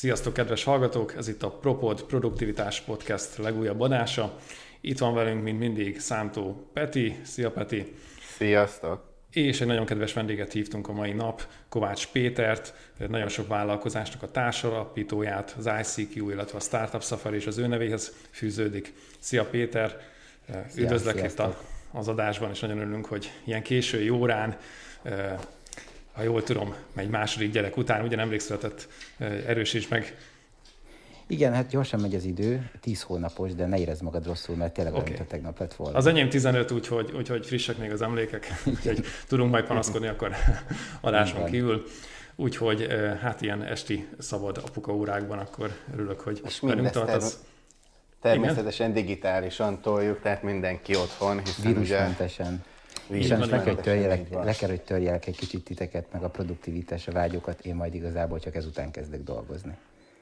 Sziasztok, kedves hallgatók! Ez itt a ProPod Produktivitás Podcast legújabb adása. Itt van velünk, mint mindig, Szántó Peti. Szia, Peti! Sziasztok! És egy nagyon kedves vendéget hívtunk a mai nap, Kovács Pétert, nagyon sok vállalkozásnak a társalapítóját, az ICQ, illetve a Startup Safari és az ő nevéhez fűződik. Szia, Péter! Üdvözlök itt az adásban, és nagyon örülünk, hogy ilyen késői órán, ha jól tudom, egy második gyerek után, ugye nemrég született, erősíts meg. Igen, hát gyorsan megy az idő, 10 hónapos, de ne érezd magad rosszul, mert tényleg olyan, mint a tegnap lett volna. Az enyém 15, úgyhogy frissek még az emlékek, úgyhogy tudunk majd panaszkodni akkor adáson kívül. Úgyhogy hát ilyen esti szabad apuka órákban akkor örülök, hogy velünk tartasz. Természetesen digitálisan toljuk, tehát mindenki otthon, hiszen vírusmentesen. És most le kell, hogy törjelek egy kicsit titeket, meg a produktivitásra vágyokat, én majd igazából csak ezután kezdek dolgozni.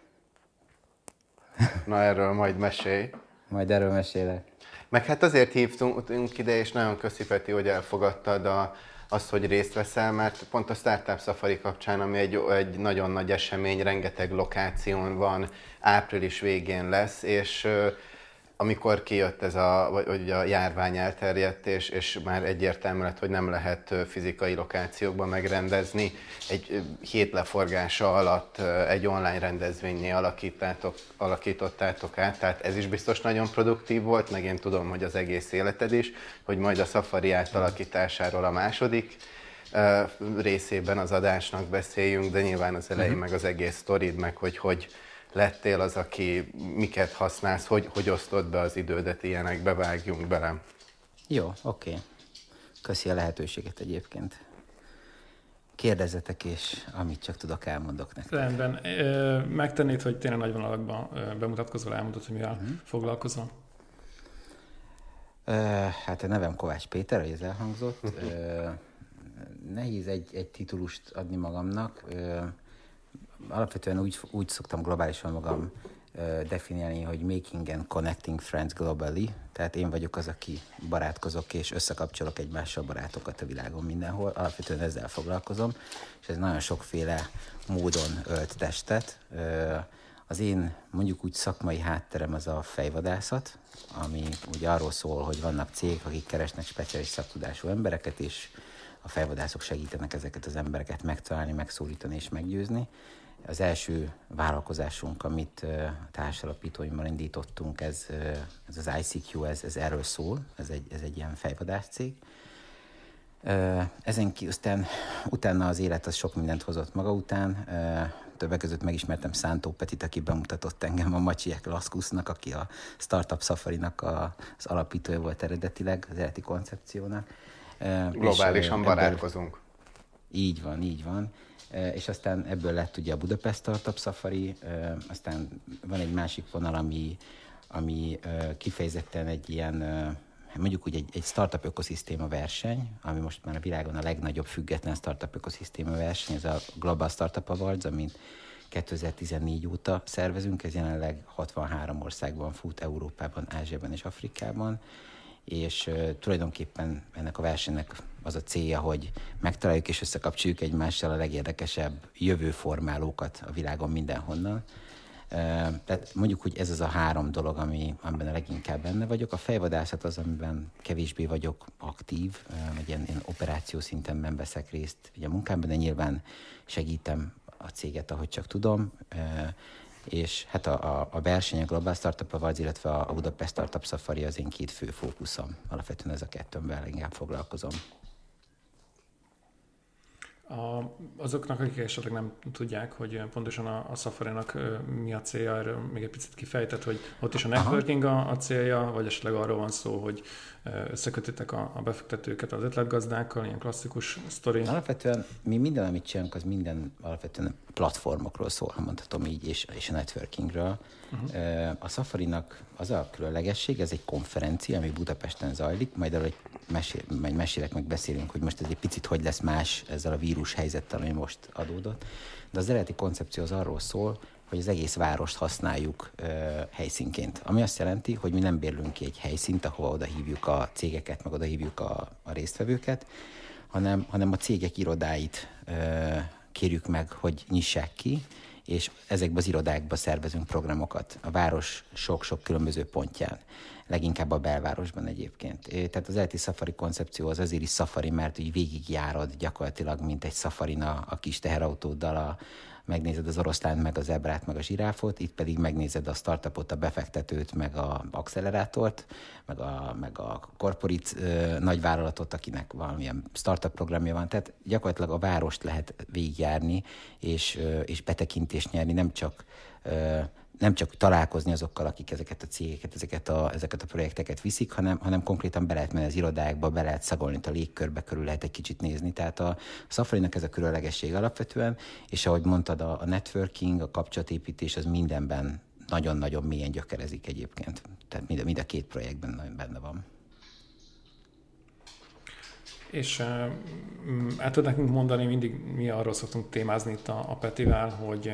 Na, erről majd mesélj. Majd erről mesélek. Meg hát azért hívtunk ide, és nagyon köszi, Peti, hogy elfogadtad azt, hogy részt veszel, mert pont a Startup Safari kapcsán, ami egy nagyon nagy esemény, rengeteg lokáción van, április végén lesz, és amikor kijött ez hogy a járvány elterjedt, és már egyértelmű lett, hogy nem lehet fizikai lokációkban megrendezni, egy hét leforgása alatt egy online rendezvénynél alakítottátok át, tehát ez is biztos nagyon produktív volt, meg én tudom, hogy az egész életed is, hogy majd a Safari átalakításáról a második részében az adásnak beszéljünk, de nyilván az elején meg az egész sztorid, meg hogy lettél az, aki miket használsz, hogy osztod be az idődet, ilyenekbe vágjunk bele. Jó, oké. Köszi a lehetőséget egyébként. Kérdezzetek, és amit csak tudok, elmondok nektek. Rendben. Megtennéd, hogy tényleg nagy vonalakban bemutatkozol, elmondod, hogy mivel foglalkozol? Hát a nevem Kovács Péter, ahogy ez elhangzott. Nehéz egy titulust adni magamnak. Alapvetően úgy szoktam globálisan magam definiálni, hogy making and connecting friends globally. Tehát én vagyok az, aki barátkozok és összekapcsolok egymással barátokat a világon mindenhol. Alapvetően ezzel foglalkozom, és ez nagyon sokféle módon ölt testet. Az én mondjuk úgy szakmai hátterem az a fejvadászat, ami ugye arról szól, hogy vannak cégek, akik keresnek speciális szaktudású embereket, és a fejvadászok segítenek ezeket az embereket megtalálni, megszólítani és meggyőzni. Az első vállalkozásunk, amit társalapítóimmal indítottunk, ez az ICQ, ez erről szól, ez egy ilyen fejvadász cég. Ezen aztán utána az élet az sok mindent hozott maga után. Többek között megismertem Szántó Petit, aki bemutatott engem a Maciek Laszkusznak, aki a Startup Safarinak az alapítója volt eredetileg, az eredeti koncepciónak. Globálisan barátkozunk. Így van. És aztán ebből lett ugye a Budapest Startup Safari, aztán van egy másik vonal, ami kifejezetten egy ilyen, mondjuk úgy egy startup ökoszisztéma verseny, ami most már a világon a legnagyobb független startup ökoszisztéma verseny, ez a Global Startup Awards, amit 2014 óta szervezünk, ez jelenleg 63 országban fut, Európában, Ázsiában és Afrikában, és tulajdonképpen ennek a versenynek az a célja, hogy megtaláljuk és összekapcsoljuk egymással a legérdekesebb jövőformálókat a világon mindenhonnan. Tehát mondjuk, hogy ez az a 3 dolog, amiben a leginkább benne vagyok. A fejvadászat az, amiben kevésbé vagyok aktív, vagy ilyen operáció szinten veszek részt ugye a munkámban, de nyilván segítem a céget, ahogy csak tudom. És hát a verseny, a Global Startup Awards, illetve a Budapest Startup Safari az én 2 fő fókuszom. Alapvetően ez a 2-vel inkább foglalkozom. Azoknak, akik esetleg nem tudják, hogy pontosan a Safari-nak mi a célja, erről még egy picit kifejtett, hogy ott is a networking a célja, vagy esetleg arról van szó, hogy összekötitek a befektetőket az ötletgazdákkal, ilyen klasszikus sztori. Alapvetően mi minden, amit csinálunk, az minden alapvetően platformokról szól, ha mondhatom így, és a networkingről. A Safari-nak az a különlegesség, ez egy konferencia, ami Budapesten zajlik, majd arról mesélek, meg beszélünk, hogy most ez egy picit hogy lesz más ezzel a vírus helyzettel, ami most adódott. De az eredeti koncepció az arról szól, hogy az egész várost használjuk helyszínként. Ami azt jelenti, hogy mi nem bérlünk ki egy helyszínt, ahova oda hívjuk a cégeket, meg oda hívjuk a résztvevőket, hanem a cégek irodáit kérjük meg, hogy nyissák ki, és ezekben az irodákban szervezünk programokat a város sok-sok különböző pontján, leginkább a belvárosban egyébként. Tehát az LT Safari koncepció az azért is safari, mert úgy végigjárod gyakorlatilag, mint egy safarin a kis teherautóddal, megnézed az oroszlánt, meg a zebrát, meg a zsiráfot, itt pedig megnézed a startupot, a befektetőt, meg a akcelerátort, meg a korporit nagyvállalatot, akinek valamilyen startup programja van. Tehát gyakorlatilag a várost lehet végigjárni, és betekintést nyerni, nem csak találkozni azokkal, akik ezeket a cégeket, ezeket a projekteket viszik, hanem konkrétan be lehet menni az irodákba, be lehet szagolni a légkörbe, körül lehet egy kicsit nézni. Tehát a Safarinak ez a különlegesség alapvetően, és ahogy mondtad, a networking, a kapcsolatépítés az mindenben nagyon-nagyon mélyen gyökerezik egyébként. Tehát mind a két projektben nagyon benne van. És el tud nekünk mondani, mindig mi arról szoktunk témázni itt a Petivel, hogy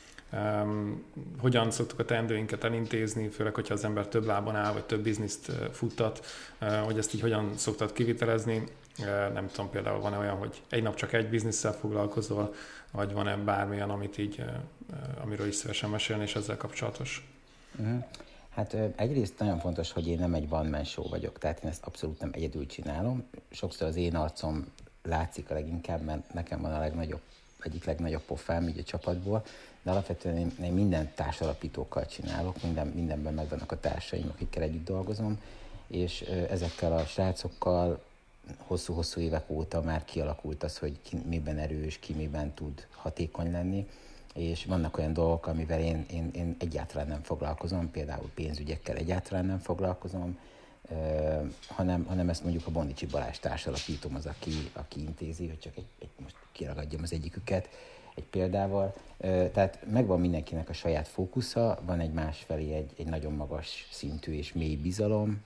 hogyan szoktuk a teendőinket elintézni, főleg, hogyha az ember több lábon áll, vagy több bizniszt futtat, hogy ezt így hogyan szoktad kivitelezni. Nem tudom, például van-e olyan, hogy egy nap csak egy bizniszsel foglalkozol, vagy van-e bármilyen, amiről is szívesen mesélni, és ezzel kapcsolatos? Hát egyrészt nagyon fontos, hogy én nem egy one-man show vagyok, tehát én ezt abszolút nem egyedül csinálom. Sokszor az én arcom látszik a leginkább, mert nekem van egyik legnagyobb pofám így a csapatból, de alapvetően én minden társalapítókkal csinálok, mindenben megvannak a társaim, akikkel együtt dolgozom, és ezekkel a srácokkal hosszú-hosszú évek óta már kialakult az, hogy ki miben erős, ki miben tud hatékony lenni, és vannak olyan dolgok, amivel én egyáltalán nem foglalkozom, például pénzügyekkel egyáltalán nem foglalkozom, hanem ezt mondjuk a Bondici Balázs társalapítom az, aki intézi, hogy csak most kiragadjam az egyiküket egy példával. Tehát megvan mindenkinek a saját fókusza, van egy másfelé egy nagyon magas szintű és mély bizalom,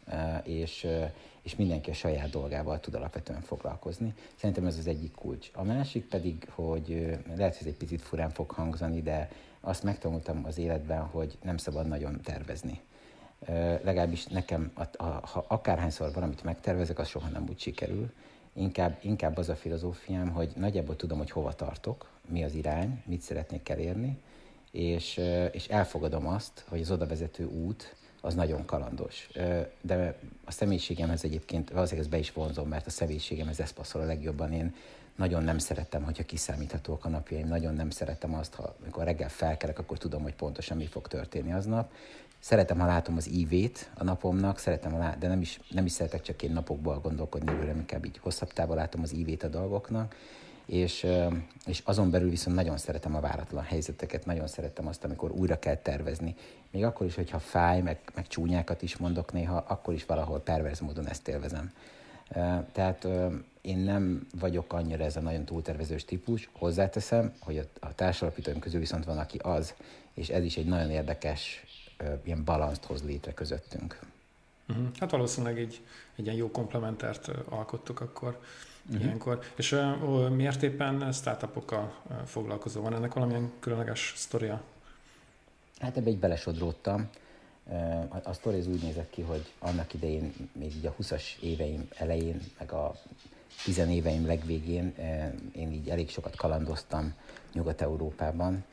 és mindenki a saját dolgával tud alapvetően foglalkozni. Szerintem ez az egyik kulcs. A másik pedig, hogy lehet, hogy ez egy picit furán fog hangzani, de azt megtanultam az életben, hogy nem szabad nagyon tervezni. Legalábbis nekem, ha akárhányszor valamit megtervezek, az soha nem úgy sikerül. Inkább az a filozófiám, hogy nagyjából tudom, hogy hova tartok, mi az irány, mit szeretnék elérni, és elfogadom azt, hogy az odavezető út az nagyon kalandos. De a személyiségemhez egyébként valószínűleg ezt be is vonzom, mert a személyiségemhez ez passzol a legjobban. Én nagyon nem szeretem, hogyha kiszámíthatóak a napjaim, nagyon nem szeretem azt, amikor reggel felkelek, akkor tudom, hogy pontosan mi fog történni aznap. Szeretem, ha látom az ívét a napomnak, de nem is szeretek csak én napokból gondolkodni, előre inkább így hosszabb távon látom az ívét a dolgoknak, és azon belül viszont nagyon szeretem a váratlan helyzeteket, nagyon szeretem azt, amikor újra kell tervezni. Még akkor is, hogyha fáj, meg csúnyákat is mondok néha, akkor is valahol perverz módon ezt élvezem. Tehát én nem vagyok annyira ez a nagyon túltervezős típus, hozzáteszem, hogy a társalapítóim közül viszont van, aki az, és ez is egy nagyon érdekes ilyen balanszt hoz létre közöttünk. Hát valószínűleg egy ilyen jó komplementert alkottuk akkor ilyenkor. És miért éppen startupokkal foglalkozó? Van ennek valamilyen különleges sztoria? Hát ebbe így belesodródtam. A sztori az úgy nézett ki, hogy annak idején, még így a 20-as éveim elején, meg a 10 éveim legvégén én így elég sokat kalandoztam Nyugat-Európában.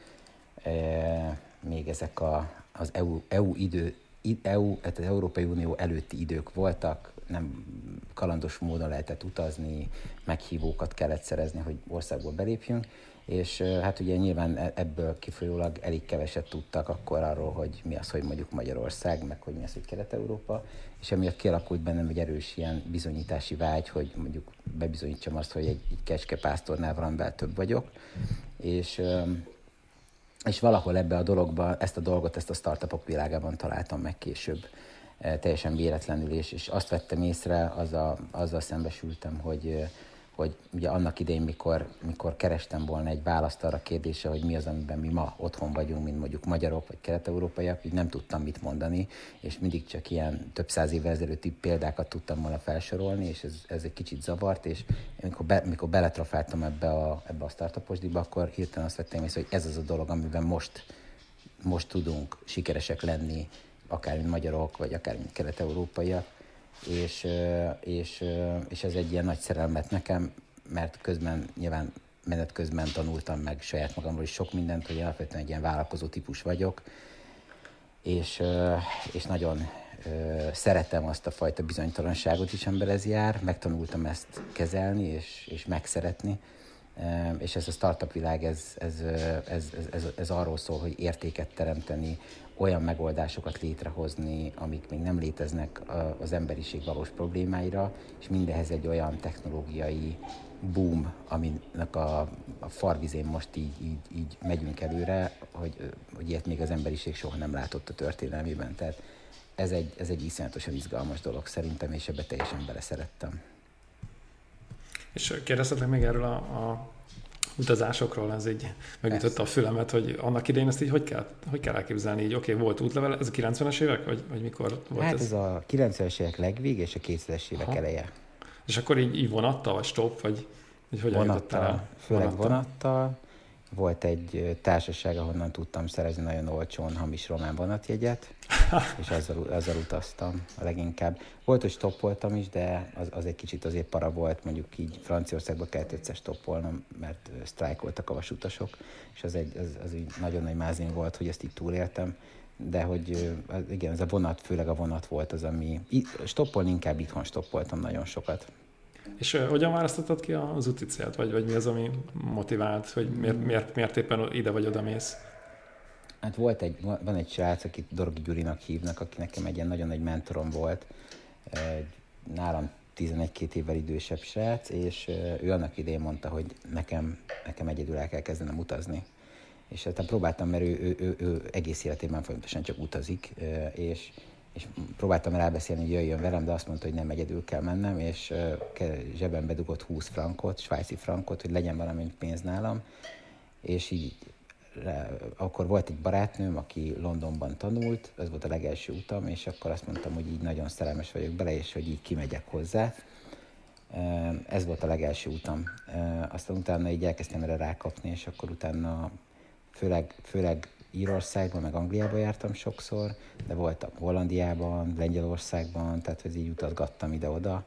Még ezek az tehát az Európai Unió előtti idők voltak, nem kalandos módon lehetett utazni, meghívókat kellett szerezni, hogy országból belépjünk, és hát ugye nyilván ebből kifolyólag elég keveset tudtak akkor arról, hogy mi az, hogy mondjuk Magyarország, meg hogy mi az, hogy Kelet-Európa, és emiatt kialakult bennem egy erős ilyen bizonyítási vágy, hogy mondjuk bebizonyítsam azt, hogy egy kecskepásztornál valamivel több vagyok, és valahol ebbe a dologba, ezt a startupok világában találtam meg később, teljesen véletlenül, és azt vettem észre, azzal szembesültem, hogy ugye annak idején, mikor kerestem volna egy választ arra a kérdésre, hogy mi az, amiben mi ma otthon vagyunk, mint mondjuk magyarok vagy kelet-európaiak, így nem tudtam mit mondani, és mindig csak ilyen több száz évvel ezelőtti példákat tudtam volna felsorolni, és ez egy kicsit zavart, és amikor beletrafáltam ebbe a startuposdiba, akkor hirtelen azt vettem észre, hogy ez az a dolog, amiben most tudunk sikeresek lenni, akár mint magyarok, vagy akár mint kelet-európaiak, és ez egy ilyen nagy szerelmet nekem, mert közben nyilván menet közben tanultam meg saját magamról is sok mindent, hogy alapvetően egy ilyen vállalkozó típus vagyok, és nagyon szeretem azt a fajta bizonytalanságot is, amiben ez jár, megtanultam ezt kezelni és megszeretni, és ez a startup világ, ez arról szól, hogy értéket teremteni, olyan megoldásokat létrehozni, amik még nem léteznek az emberiség valós problémáira, és mindehez egy olyan technológiai boom, aminek a farvizén most így megyünk előre, hogy ilyet még az emberiség soha nem látott a történelmében. Tehát ez egy iszonyatosan izgalmas dolog szerintem, és ebbe teljesen beleszerettem. És kérdeztetek még erről a utazásokról, ez így megütötte a fülemet, hogy annak idején ezt így hogy kell elképzelni? Így oké, volt útlevel, ez a 90-es évek, vagy mikor volt hát ez a 90-es évek legvég és a 2000-es évek eleje. És akkor így vonattal, vagy stop, vagy hogyan jutottál el? Főleg vonattal. Volt egy társaság, ahonnan tudtam szerezni nagyon olcsón hamis román vonatjegyet, és azzal utaztam a leginkább. Volt, hogy stoppoltam is, de az egy kicsit azért para volt, mondjuk így Franciaországba kellett egyszer stoppolnom, mert sztrájkoltak a vasutasok, és az így nagyon nagy mázlim volt, hogy ezt így túléltem. De hogy igen, ez a vonat, főleg a vonat volt az, ami... Stoppolni inkább itthon stoppoltam nagyon sokat. És hogyan választottad ki az úti célt? Vagy mi az, ami motivált, hogy miért éppen ide vagy oda mész? Hát van egy srác, akit Dorogi Gyurinak hívnak, aki nekem egy ilyen nagyon nagy mentorom volt. Nálam 11-2 évvel idősebb srác, és ő annak idején mondta, hogy nekem egyedül el kell kezdenem utazni. És aztán próbáltam, mert ő egész életében folyamatosan csak utazik, és próbáltam rábeszélni, hogy jöjjön velem, de azt mondta, hogy nem egyedül kell mennem, és zsebembe dugott 20 frankot, svájci frankot, hogy legyen valami pénz nálam, és így akkor volt egy barátnőm, aki Londonban tanult, ez volt a legelső utam, és akkor azt mondtam, hogy így nagyon szerelmes vagyok bele, és hogy így kimegyek hozzá. Ez volt a legelső utam. Aztán utána így elkezdtem erre rákapni, és akkor utána főleg Írországban, meg Angliában jártam sokszor, de voltam Hollandiában, Lengyelországban, tehát hogy így utazgattam ide-oda.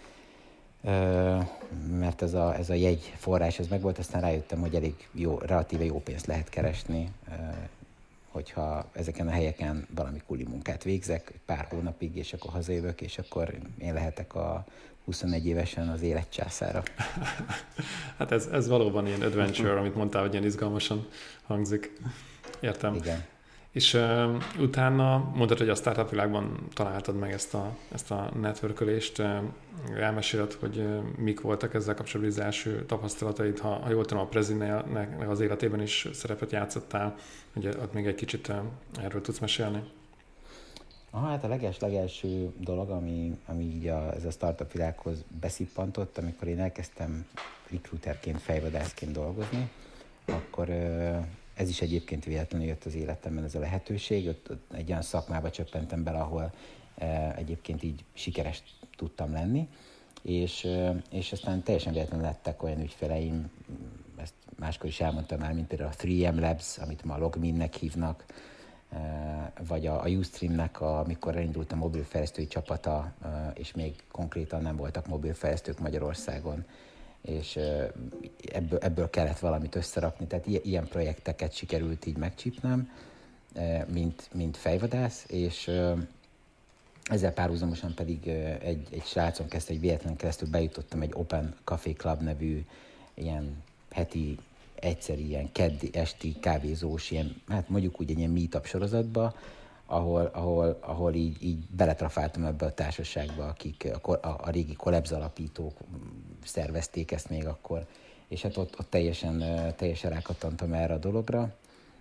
Mert ez a jegyforrás, ez megvolt, aztán rájöttem, hogy elég jó, relatíve jó pénzt lehet keresni, hogyha ezeken a helyeken valami kuli munkát végzek, pár hónapig, és akkor hazajövök, és akkor én lehetek a 21 évesen az élet császára. Hát ez valóban ilyen adventure, amit mondtál, hogy ilyen izgalmasan hangzik. Értem. Igen. És utána mondtad, hogy a startup világban találtad meg ezt a networkölést. Elmeséled, hogy mik voltak ezzel kapcsolatban az első tapasztalataid. Ha jól tudom, a Prezinek az életében is szerepet játszottál. Ugye ott még egy kicsit erről tudsz mesélni? Hát a legelső dolog, ami így ez a startup világhoz beszippantott, amikor én elkezdtem recruiterként, fejvadászként dolgozni, akkor ez is egyébként véletlenül jött az életemben ez a lehetőség. Ott egy olyan szakmába csöppentem bele, ahol egyébként így sikeres tudtam lenni, és aztán teljesen véletlenül lettek olyan ügyfeleim, ezt máskor is elmondtam már, mint például a 3M Labs, amit ma a Logminnek hívnak, vagy a Ustreamnek, amikor elindult a mobilfejlesztői csapata, és még konkrétan nem voltak mobilfejlesztők Magyarországon, és ebből kellett valamit összerakni, tehát ilyen projekteket sikerült így megcsípnem, mint fejvadász, és ezzel párhuzamosan pedig egy srácon kezdte, egy véletlen keresztül bejutottam egy Open Café Club nevű ilyen heti egyszeri ilyen keddi esti kávézós, ilyen, hát mondjuk úgy egy ilyen meetup sorozatba, ahol így beletrafáltam ebbe a társaságba, akik a régi Collabs alapítók szervezték ezt még akkor, és hát ott teljesen rákattantam erre a dologra.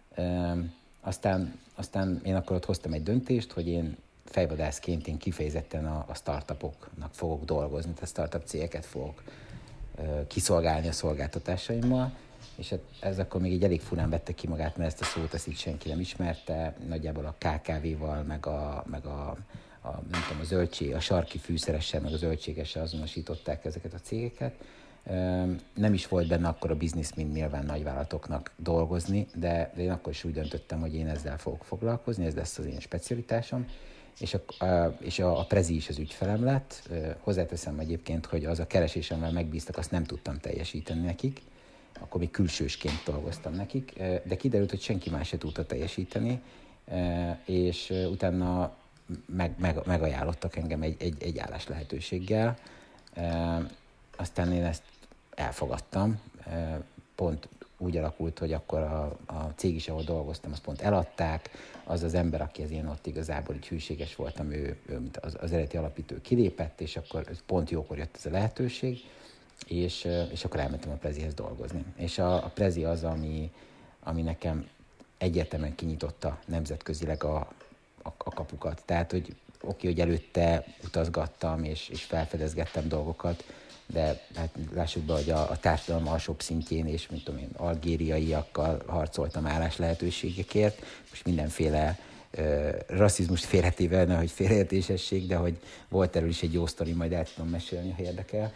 Aztán én akkor ott hoztam egy döntést, hogy én fejvadászként én kifejezetten a startupoknak fogok dolgozni, tehát startup cégeket fogok kiszolgálni a szolgáltatásaimmal, és hát ez akkor még így elég furán vette ki magát, mert ezt a szót ezt így senki nem ismerte, nagyjából a KKV-val, meg a nem tudom, a zöldség, a sarki fűszeressel, meg a zöldségessel azonosították ezeket a cégeket. Nem is volt benne akkor a biznisz, mint nyilván nagyvállalatoknak dolgozni, de én akkor is úgy döntöttem, hogy én ezzel fogok foglalkozni, ez lesz az én specialitásom, és a Prezi is az ügyfelem lett. Hozzáteszem egyébként, hogy az a keresésemmel megbíztak, azt nem tudtam teljesíteni nekik, akkor még külsősként dolgoztam nekik, de kiderült, hogy senki más se tudta teljesíteni, és utána megajánlottak engem egy állás lehetőséggel. Aztán én ezt elfogadtam. Pont úgy alakult, hogy akkor a cég is, ahol dolgoztam, azt pont eladták. Az ember, akihez én ott igazából így hűséges voltam, ő az eredeti alapító kilépett, és akkor pont jókor jött ez a lehetőség, és akkor elmentem a Prezihez dolgozni. És a Prezi az, ami nekem egyértelműen kinyitotta nemzetközileg a kapukat. Tehát, hogy hogy előtte utazgattam, és felfedezgettem dolgokat, de hát lássuk be, hogy a társadalom alsóbb szintjén, és mint tudom én, algériaiakkal harcoltam állás lehetőségekért, most mindenféle rasszizmust félretéve, nehogy félreértésesség, de hogy volt erről is egy jó sztori, majd el tudom mesélni, ha érdekel.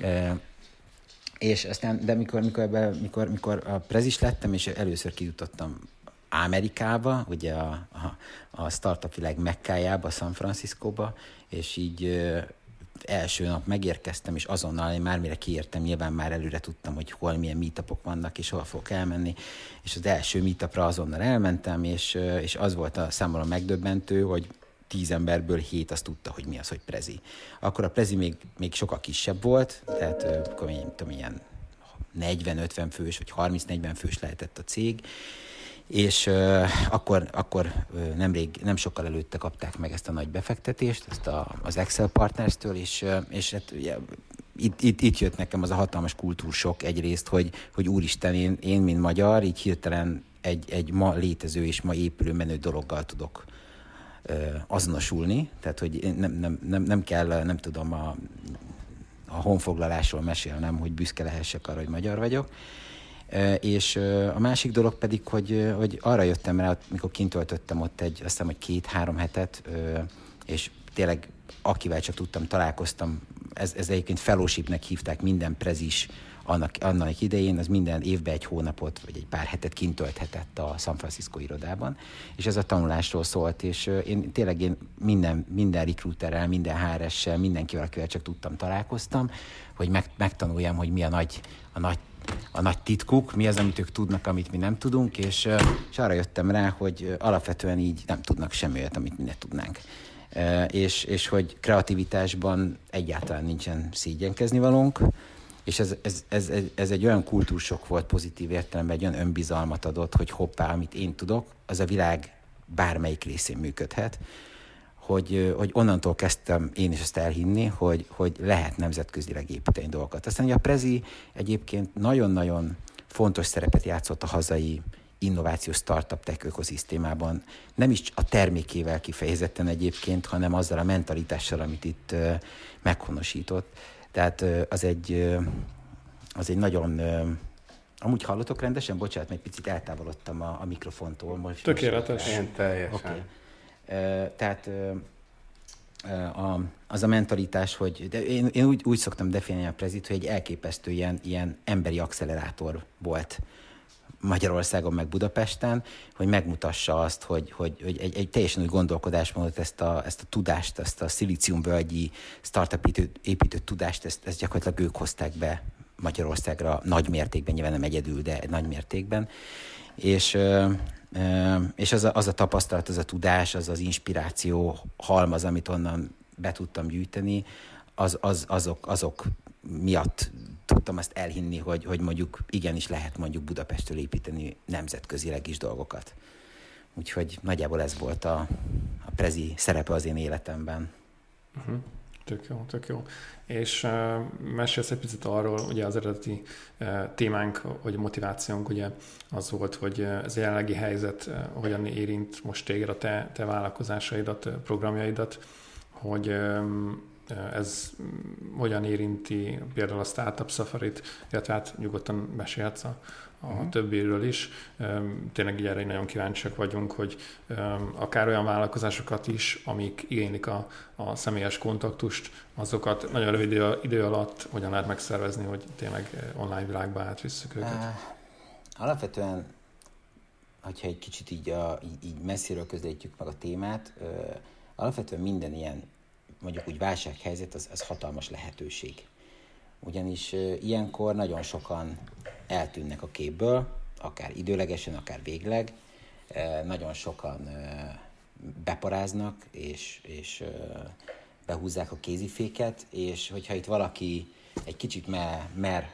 És aztán, de mikor a prezis lettem, és először kijutottam Amerikába, ugye a startup világ Mekkájába, San Franciscóba, és így első nap megérkeztem, és azonnal én már mire kiértem, nyilván már előre tudtam, hogy hol milyen meetupok vannak, és hol fogok elmenni, és az első meetupra azonnal elmentem, és az volt a számomra megdöbbentő, hogy 10 emberből 7 azt tudta, hogy mi az, hogy Prezi. Akkor a Prezi még sokkal kisebb volt, tehát akkor ilyen 40-50 fős, vagy 30-40 fős lehetett a cég, és akkor nem sokkal előtte kapták meg ezt a nagy befektetést, ezt az Excel Partners-től, és hát ugye, itt jött nekem az a hatalmas kultúrsok egyrészt, hogy úristen, én mint magyar, így hirtelen egy ma létező és ma épülő menő dologgal tudok azonosulni, tehát hogy nem kell, nem tudom, a honfoglalásról mesélnem, hogy büszke lehessek arra, hogy magyar vagyok. És a másik dolog pedig, hogy arra jöttem rá, mikor kint töltöttem ott azt hiszem, hogy 2-3 hetet, és tényleg akivel csak tudtam, találkoztam, ez egyébként fellowshipnek hívták, minden prezis annak idején, az minden évben egy hónapot, vagy egy pár hetet kint tölthetett a San Francisco irodában, és ez a tanulásról szólt, és én tényleg minden recruiterrel, minden HR-essel, mindenkivel, akivel csak tudtam, találkoztam, hogy megtanuljam, hogy mi a nagy titkuk, mi az, amit ők tudnak, amit mi nem tudunk, és arra jöttem rá, hogy alapvetően így nem tudnak semmi olyat, amit mi ne tudnánk. És hogy kreativitásban egyáltalán nincsen szégyenkezni valónk, és ez egy olyan kultúrsok volt pozitív értelemben, egy olyan önbizalmat adott, hogy hoppá, amit én tudok, az a világ bármelyik részén működhet, hogy onnantól kezdtem én is ezt elhinni, hogy lehet nemzetközileg építeni dolgokat. Aztán ugye a Prezi egyébként nagyon-nagyon fontos szerepet játszott a hazai innovációs startup tech ökoszisztémában. Nem is a termékével kifejezetten egyébként, hanem azzal a mentalitással, amit itt meghonosított. Tehát az egy nagyon... Amúgy hallotok rendesen? Bocsánat, mert egy picit eltávolodtam a mikrofontól. Most tökéletes. Én teljesen. Okay. Tehát az a mentalitás, hogy de én úgy szoktam definiálni a Prezit, hogy egy elképesztő ilyen emberi accelerátor volt Magyarországon meg Budapesten, hogy megmutassa azt, hogy egy teljesen új gondolkodásmódot, ezt a tudást, ezt a szilíciumvölgyi startup építő tudást, ezt gyakorlatilag ők hozták be Magyarországra nagy mértékben, nyilván nem egyedül, de nagy mértékben. És az a tapasztalat, az a tudás, az inspiráció halmaz, amit onnan be tudtam gyűjteni, azok miatt tudtam azt elhinni, hogy mondjuk igenis lehet mondjuk Budapestről építeni nemzetközileg is dolgokat. Úgyhogy nagyjából ez volt a Prezi szerepe az én életemben. Uh-huh. Tök jó. És mesélsz egy picit arról, ugye az eredeti témánk, hogy a motivációnk ugye az volt, hogy ez a jelenlegi helyzet hogyan érint most téged, a te vállalkozásaidat, programjaidat, hogy ez hogyan érinti például a Startup Safarit, illetve hát nyugodtan mesélhetsz a többiről is. Tényleg így erre nagyon kíváncsiak vagyunk, hogy akár olyan vállalkozásokat is, amik igénylik a személyes kontaktust, azokat nagyon rövid idő alatt hogyan lehet megszervezni, hogy tényleg online világba átvisszük őket. Alapvetően, hogyha egy kicsit így messziről közelítjük meg a témát, alapvetően minden ilyen mondjuk úgy válsághelyzet, az hatalmas lehetőség. Ugyanis ilyenkor nagyon sokan eltűnnek a képből, akár időlegesen, akár végleg. Nagyon sokan beparáznak, és behúzzák a kéziféket, és hogyha itt valaki egy kicsit mer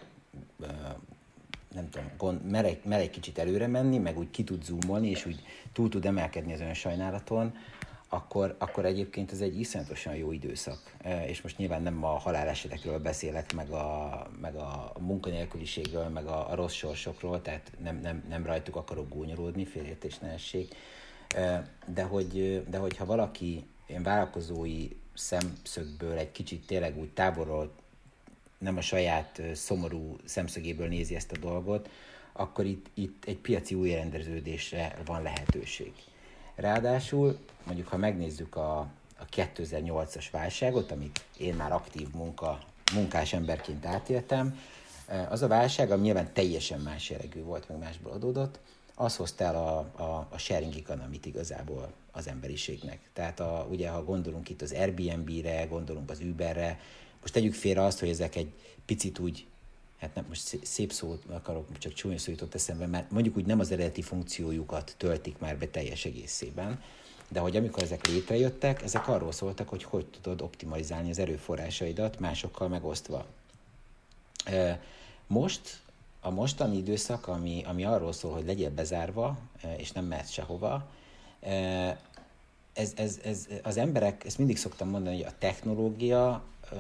egy kicsit előre menni, meg úgy ki tud zoomolni, és úgy túl tud emelkedni az önsajnálaton, akkor egyébként ez egy iszonyatosan jó időszak. És most nyilván nem a halálesetekről beszélek, meg a munkanélküliségről, meg a rossz sorsokról, tehát nem rajtuk akarok gúnyolódni, félreértés ne essék. De hogyha valaki ilyen vállalkozói szemszögből egy kicsit tényleg úgy távolról, nem a saját szomorú szemszögéből nézi ezt a dolgot, akkor itt egy piaci újrarendeződésre van lehetőség. Ráadásul, mondjuk ha megnézzük a 2008-as válságot, amit én már aktív munkás emberként átéltem, az a válság, ami nyilván teljesen más jellegű volt, meg másból adódott, az hozta el a sharing economy-t igazából az emberiségnek. Tehát ugye, ha gondolunk itt az Airbnb-re, gondolunk az Uberre, most tegyük félre azt, hogy ezek egy picit úgy, hát nem, most szép szót akarok, csak csúnya szó jutott eszembe, mert mondjuk úgy nem az eredeti funkciójukat töltik már be teljes egészében, de hogy amikor ezek létrejöttek, ezek arról szóltak, hogy tudod optimalizálni az erőforrásaidat másokkal megosztva. Most a mostani időszak, ami arról szól, hogy legyél bezárva, és nem mehetsz sehova, az emberek, ezt mindig szoktam mondani, hogy a technológiai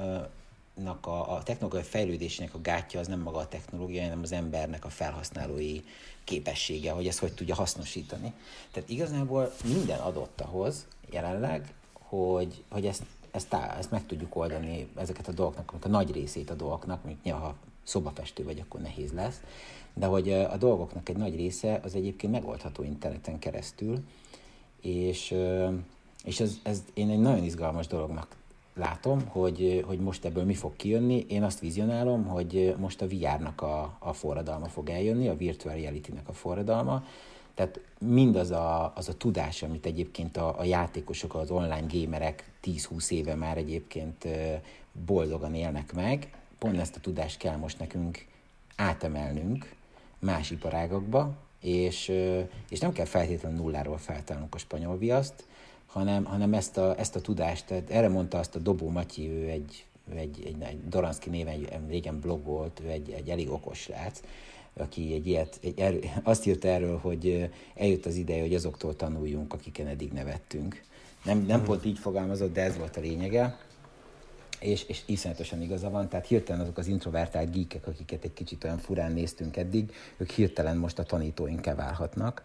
fejlődésének a gátja az nem maga a technológia, hanem az embernek a felhasználói képessége, hogy ezt hogy tudja hasznosítani. Tehát igazából minden adott ahhoz jelenleg, hogy ezt meg tudjuk oldani, ezeket a dolgoknak, a nagy részét a dolgoknak, mondjuk ha szobafestő vagy, akkor nehéz lesz, de hogy a dolgoknak egy nagy része az egyébként megoldható interneten keresztül, és ez én egy nagyon izgalmas dolognak látom, hogy most ebből mi fog kijönni. Én azt vizionálom, hogy most a VR-nak a forradalma fog eljönni, a virtual reality-nek a forradalma. Tehát mindaz az a tudás, amit egyébként a játékosok, az online gamerek 10-20 éve már egyébként boldogan élnek meg, pont ezt a tudást kell most nekünk átemelnünk más iparágakba, és nem kell feltétlenül nulláról feltalálnunk a spanyol viaszt, hanem ezt a tudást, tehát erre mondta azt a Dobó Matyi, ő egy Doranszki néven régen blog volt, ő egy elég okos srác, aki azt írta erről, hogy eljött az ideje, hogy azoktól tanuljunk, akiken eddig nevettünk. Nem pont így fogalmazott, de ez volt a lényege, és iszonyatosan igaza van, tehát hirtelen azok az introvertált geekek, akiket egy kicsit olyan furán néztünk eddig, ők hirtelen most a tanítóinkká válhatnak,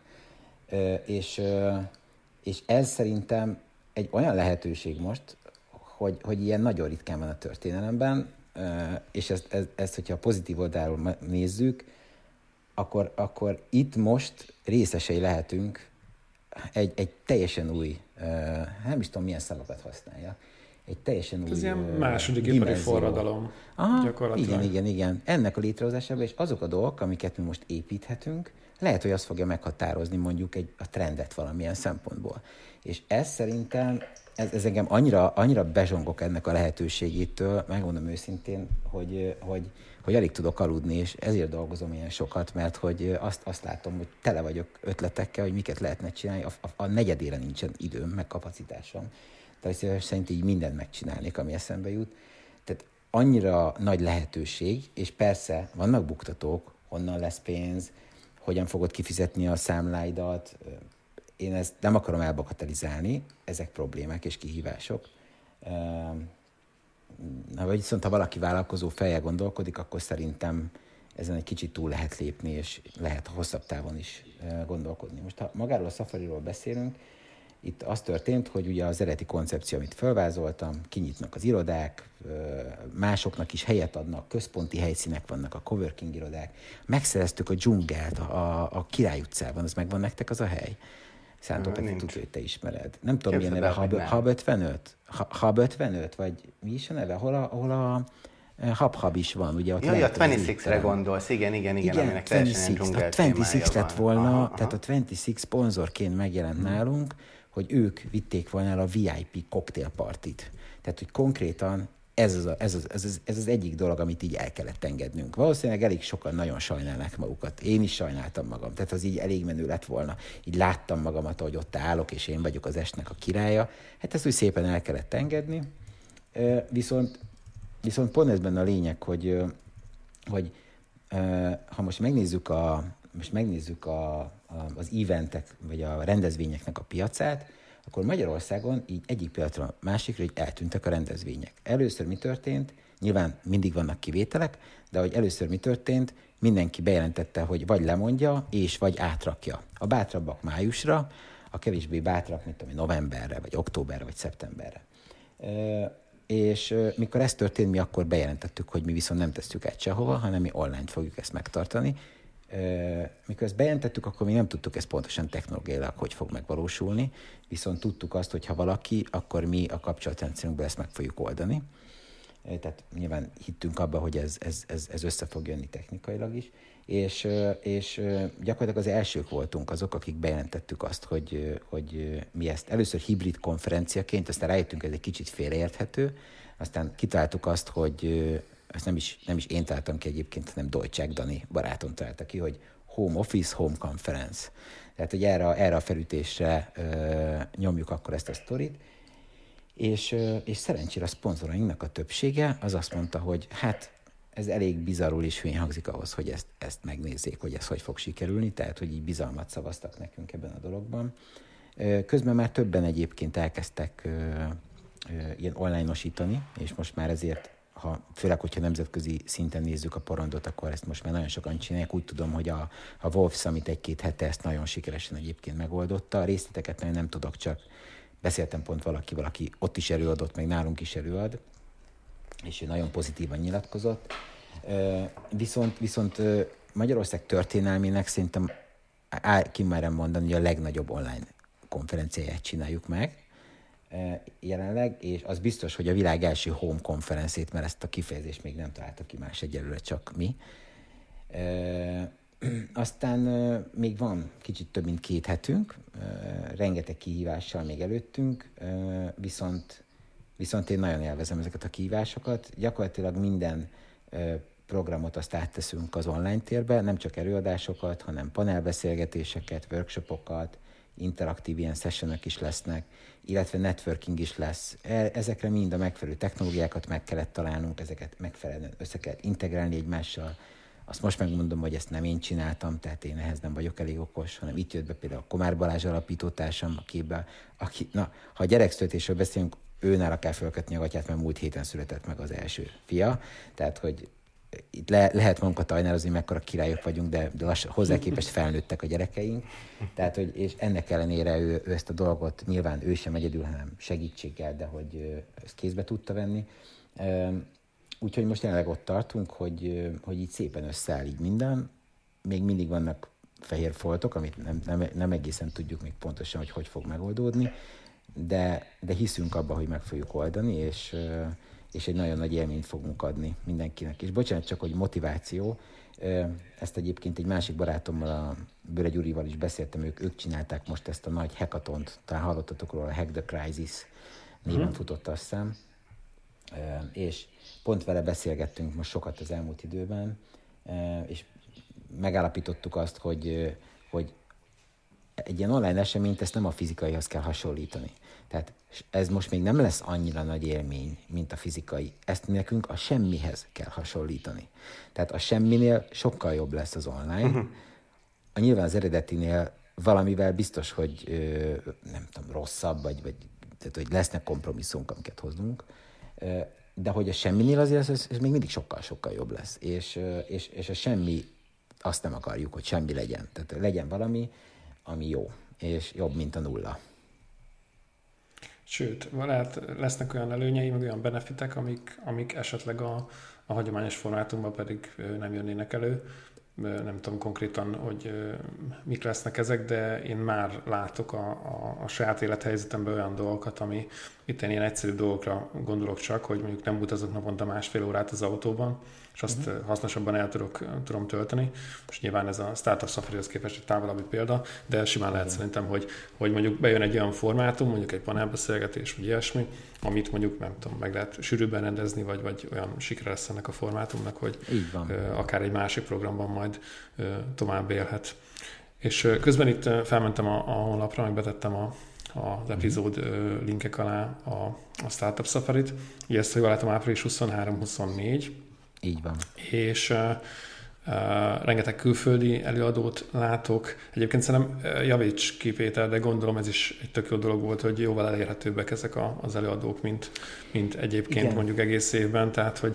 és ez szerintem egy olyan lehetőség most, hogy ilyen nagyon ritkán van a történelemben, és ezt hogyha a pozitív oldalról nézzük, akkor itt most részesei lehetünk egy teljesen új, nem is tudom milyen szavakat használja, egy teljesen új ez ilyen második ipari forradalom gyakorlatilag. Igen. Ennek a létrehozásában, és azok a dolgok, amiket mi most építhetünk, lehet, hogy az fogja meghatározni mondjuk a trendet valamilyen szempontból. És ez szerintem, ez engem annyira bezsongok ennek a lehetőségétől, megmondom őszintén, hogy alig tudok aludni, és ezért dolgozom ilyen sokat, mert hogy azt látom, hogy tele vagyok ötletekkel, hogy miket lehetne csinálni. A negyedére nincsen időm, meg kapacitásom. Tehát szerint így mindent megcsinálnék, ami eszembe jut. Tehát annyira nagy lehetőség, és persze vannak buktatók, honnan lesz pénz, hogyan fogod kifizetni a számláidat. Én ezt nem akarom elbagatelizálni, ezek problémák és kihívások. Viszont ha valaki vállalkozó fejjel gondolkodik, akkor szerintem ezen egy kicsit túl lehet lépni, és lehet hosszabb távon is gondolkodni. Most ha magáról a Safariról beszélünk, itt az történt, hogy ugye az eredeti koncepció, amit felvázoltam, kinyitnak az irodák, másoknak is helyet adnak, központi helyszínek vannak, a coworking irodák. Megszereztük a dzsungelt a Király utcában, az megvan nektek az a hely? Szántok, tudod, hogy te ismered. Nem tudom, milyen neve, Hub 55? Hub 55? Vagy mi is a neve? Ahol a Hub is van, ugye? Ott a 26-re gondolsz, igen, aminek teljesen dzsungel témája 26 lett volna, tehát a 26 szponzorként megjelent nálunk, hogy ők vitték volna el a VIP cocktailpartit. Tehát, hogy konkrétan ez az egyik dolog, amit így el kellett engednünk. Valószínűleg elég sokan nagyon sajnálnák magukat. Én is sajnáltam magam. Tehát az így elég menő lett volna. Így láttam magamat, ahogy ott állok, és én vagyok az estnek a királya. Hát ezt úgy szépen el kellett engedni. Viszont pont ez benne a lényeg, hogy ha most megnézzük az eventek, vagy a rendezvényeknek a piacát, akkor Magyarországon így egyik pillanatra a másikra így eltűntek a rendezvények. Először mi történt? Nyilván mindig vannak kivételek, de hogy először mi történt, mindenki bejelentette, hogy vagy lemondja, és vagy átrakja. A bátrabbak májusra, a kevésbé bátrak, mint ami novemberre, vagy októberre, vagy szeptemberre. És mikor ez történt, mi akkor bejelentettük, hogy mi viszont nem tesszük át sehova, hanem mi online fogjuk ezt megtartani. Mikor ezt bejelentettük, akkor mi nem tudtuk ezt pontosan technológiailag, hogy fog megvalósulni, viszont tudtuk azt, hogy ha valaki, akkor mi a kapcsolatrendszerünkből ezt meg fogjuk oldani. Tehát nyilván hittünk abba, hogy ez össze fog jönni technikailag is, és gyakorlatilag az elsők voltunk azok, akik bejelentettük azt, hogy mi ezt először hibrid konferenciaként, aztán rájöttünk, ez egy kicsit félreérthető, aztán kitaláltuk azt, hogy ezt nem is én találtam ki egyébként, hanem Dolcsák Dani barátom találta ki, hogy Home Office, Home Conference. Tehát, hogy erre a felütésre nyomjuk akkor ezt a sztorit, és szerencsére a szponzorainknak a többsége az azt mondta, hogy hát ez elég bizarrul és hülyén hangzik ahhoz, hogy ezt megnézzék, hogy ez hogy fog sikerülni, tehát, hogy így bizalmat szavaztak nekünk ebben a dologban. Közben már többen egyébként elkezdtek ilyen online-osítani, és most már ezért főleg, hogyha nemzetközi szinten nézzük a porondot, akkor ezt most már nagyon sokan csinálják. Úgy tudom, hogy a Wolf Summit egy-két hete ezt nagyon sikeresen egyébként megoldotta. A részleteket nagyon nem tudok, csak beszéltem pont valakivel, aki ott is előadott, meg nálunk is előad, és ő nagyon pozitívan nyilatkozott. Viszont Magyarország történelmének szerintem kimerem mondani, hogy a legnagyobb online konferenciáját csináljuk meg jelenleg, és az biztos, hogy a világ első home konferenciét, mert ezt a kifejezést még nem találta ki más egyelőre, csak mi. Aztán még van kicsit több mint 2 hetünk, rengeteg kihívással még előttünk, viszont én nagyon élvezem ezeket a kihívásokat. Gyakorlatilag minden programot azt átteszünk az online térbe, nem csak előadásokat, hanem panelbeszélgetéseket, workshopokat, interaktív ilyen sessionök is lesznek, illetve networking is lesz. Ezekre mind a megfelelő technológiákat meg kellett találnunk, ezeket megfelelően össze kell integrálni egymással. Azt most megmondom, hogy ezt nem én csináltam, tehát én ehhez nem vagyok elég okos, hanem itt jött be például a Komár Balázs alapítótársam a képbe, aki, ha a gyerekszületésről beszélünk, őnála kell fölkötni a gatyát, mert múlt héten született meg az első fia, tehát hogy itt lehet magunkat ajnározni, mekkora királyok vagyunk, de hozzá képest felnőttek a gyerekeink. Tehát, hogy, és ennek ellenére ő ezt a dolgot nyilván ő sem egyedül, hanem segítséggel, de hogy ezt kézbe tudta venni. Úgyhogy most jelenleg ott tartunk, hogy így szépen összeáll így minden. Még mindig vannak fehér foltok, amit nem egészen tudjuk még pontosan, hogy fog megoldódni, de hiszünk abba, hogy meg fogjuk oldani, és egy nagyon nagy élményt fogunk adni mindenkinek. És bocsánat, csak hogy motiváció, ezt egyébként egy másik barátommal, a Bőre Gyurival is beszéltem, ők csinálták most ezt a nagy hackatont, talán hallottatok róla, a Hack the Crisis néven futott, azt hiszem, és pont vele beszélgettünk most sokat az elmúlt időben, és megállapítottuk azt, hogy egy ilyen online eseményt, ezt nem a fizikaihoz kell hasonlítani. Tehát ez most még nem lesz annyira nagy élmény, mint a fizikai. Ezt nekünk a semmihez kell hasonlítani. Tehát a semminél sokkal jobb lesz az online. Nyilván az eredetinél valamivel biztos, hogy nem tudom, rosszabb, vagy tehát, hogy lesznek kompromisszumok, amiket hozunk. De hogy a semminél azért ez még mindig sokkal-sokkal jobb lesz. És a semmi, azt nem akarjuk, hogy semmi legyen. Tehát legyen valami, ami jó, és jobb, mint a nulla. Sőt, lesznek olyan előnyei, meg olyan benefitek, amik esetleg a hagyományos formátumban pedig nem jönnének elő. nem tudom konkrétan, hogy mik lesznek ezek, de én már látok a saját élethelyzetemben olyan dolgokat, ami itt ilyen egyszerű dolgokra gondolok csak, hogy mondjuk nem utazok naponta 1,5 órát az autóban, és azt hasznosabban tudom tölteni. És nyilván ez a Startup Safarihoz képest egy távolabbi példa, de simán lehet szerintem, hogy mondjuk bejön egy olyan formátum, mondjuk egy panelbeszélgetés, vagy ilyesmi, amit mondjuk nem tudom, meg lehet sűrűbben rendezni, vagy olyan sikere lesz ennek a formátumnak, hogy akár egy másik programban majd tovább élhet. És közben itt felmentem a honlapra, meg betettem az epizód linkek alá a Startup Safarit. Ugye ezt, hogy jól látom, április 23-24. Így van. És rengeteg külföldi előadót látok. Egyébként szerintem javíts ki, Péter, de gondolom ez is egy tök jó dolog volt, hogy jóval elérhetőbbek ezek az előadók, mint egyébként igen. Mondjuk egész évben, tehát hogy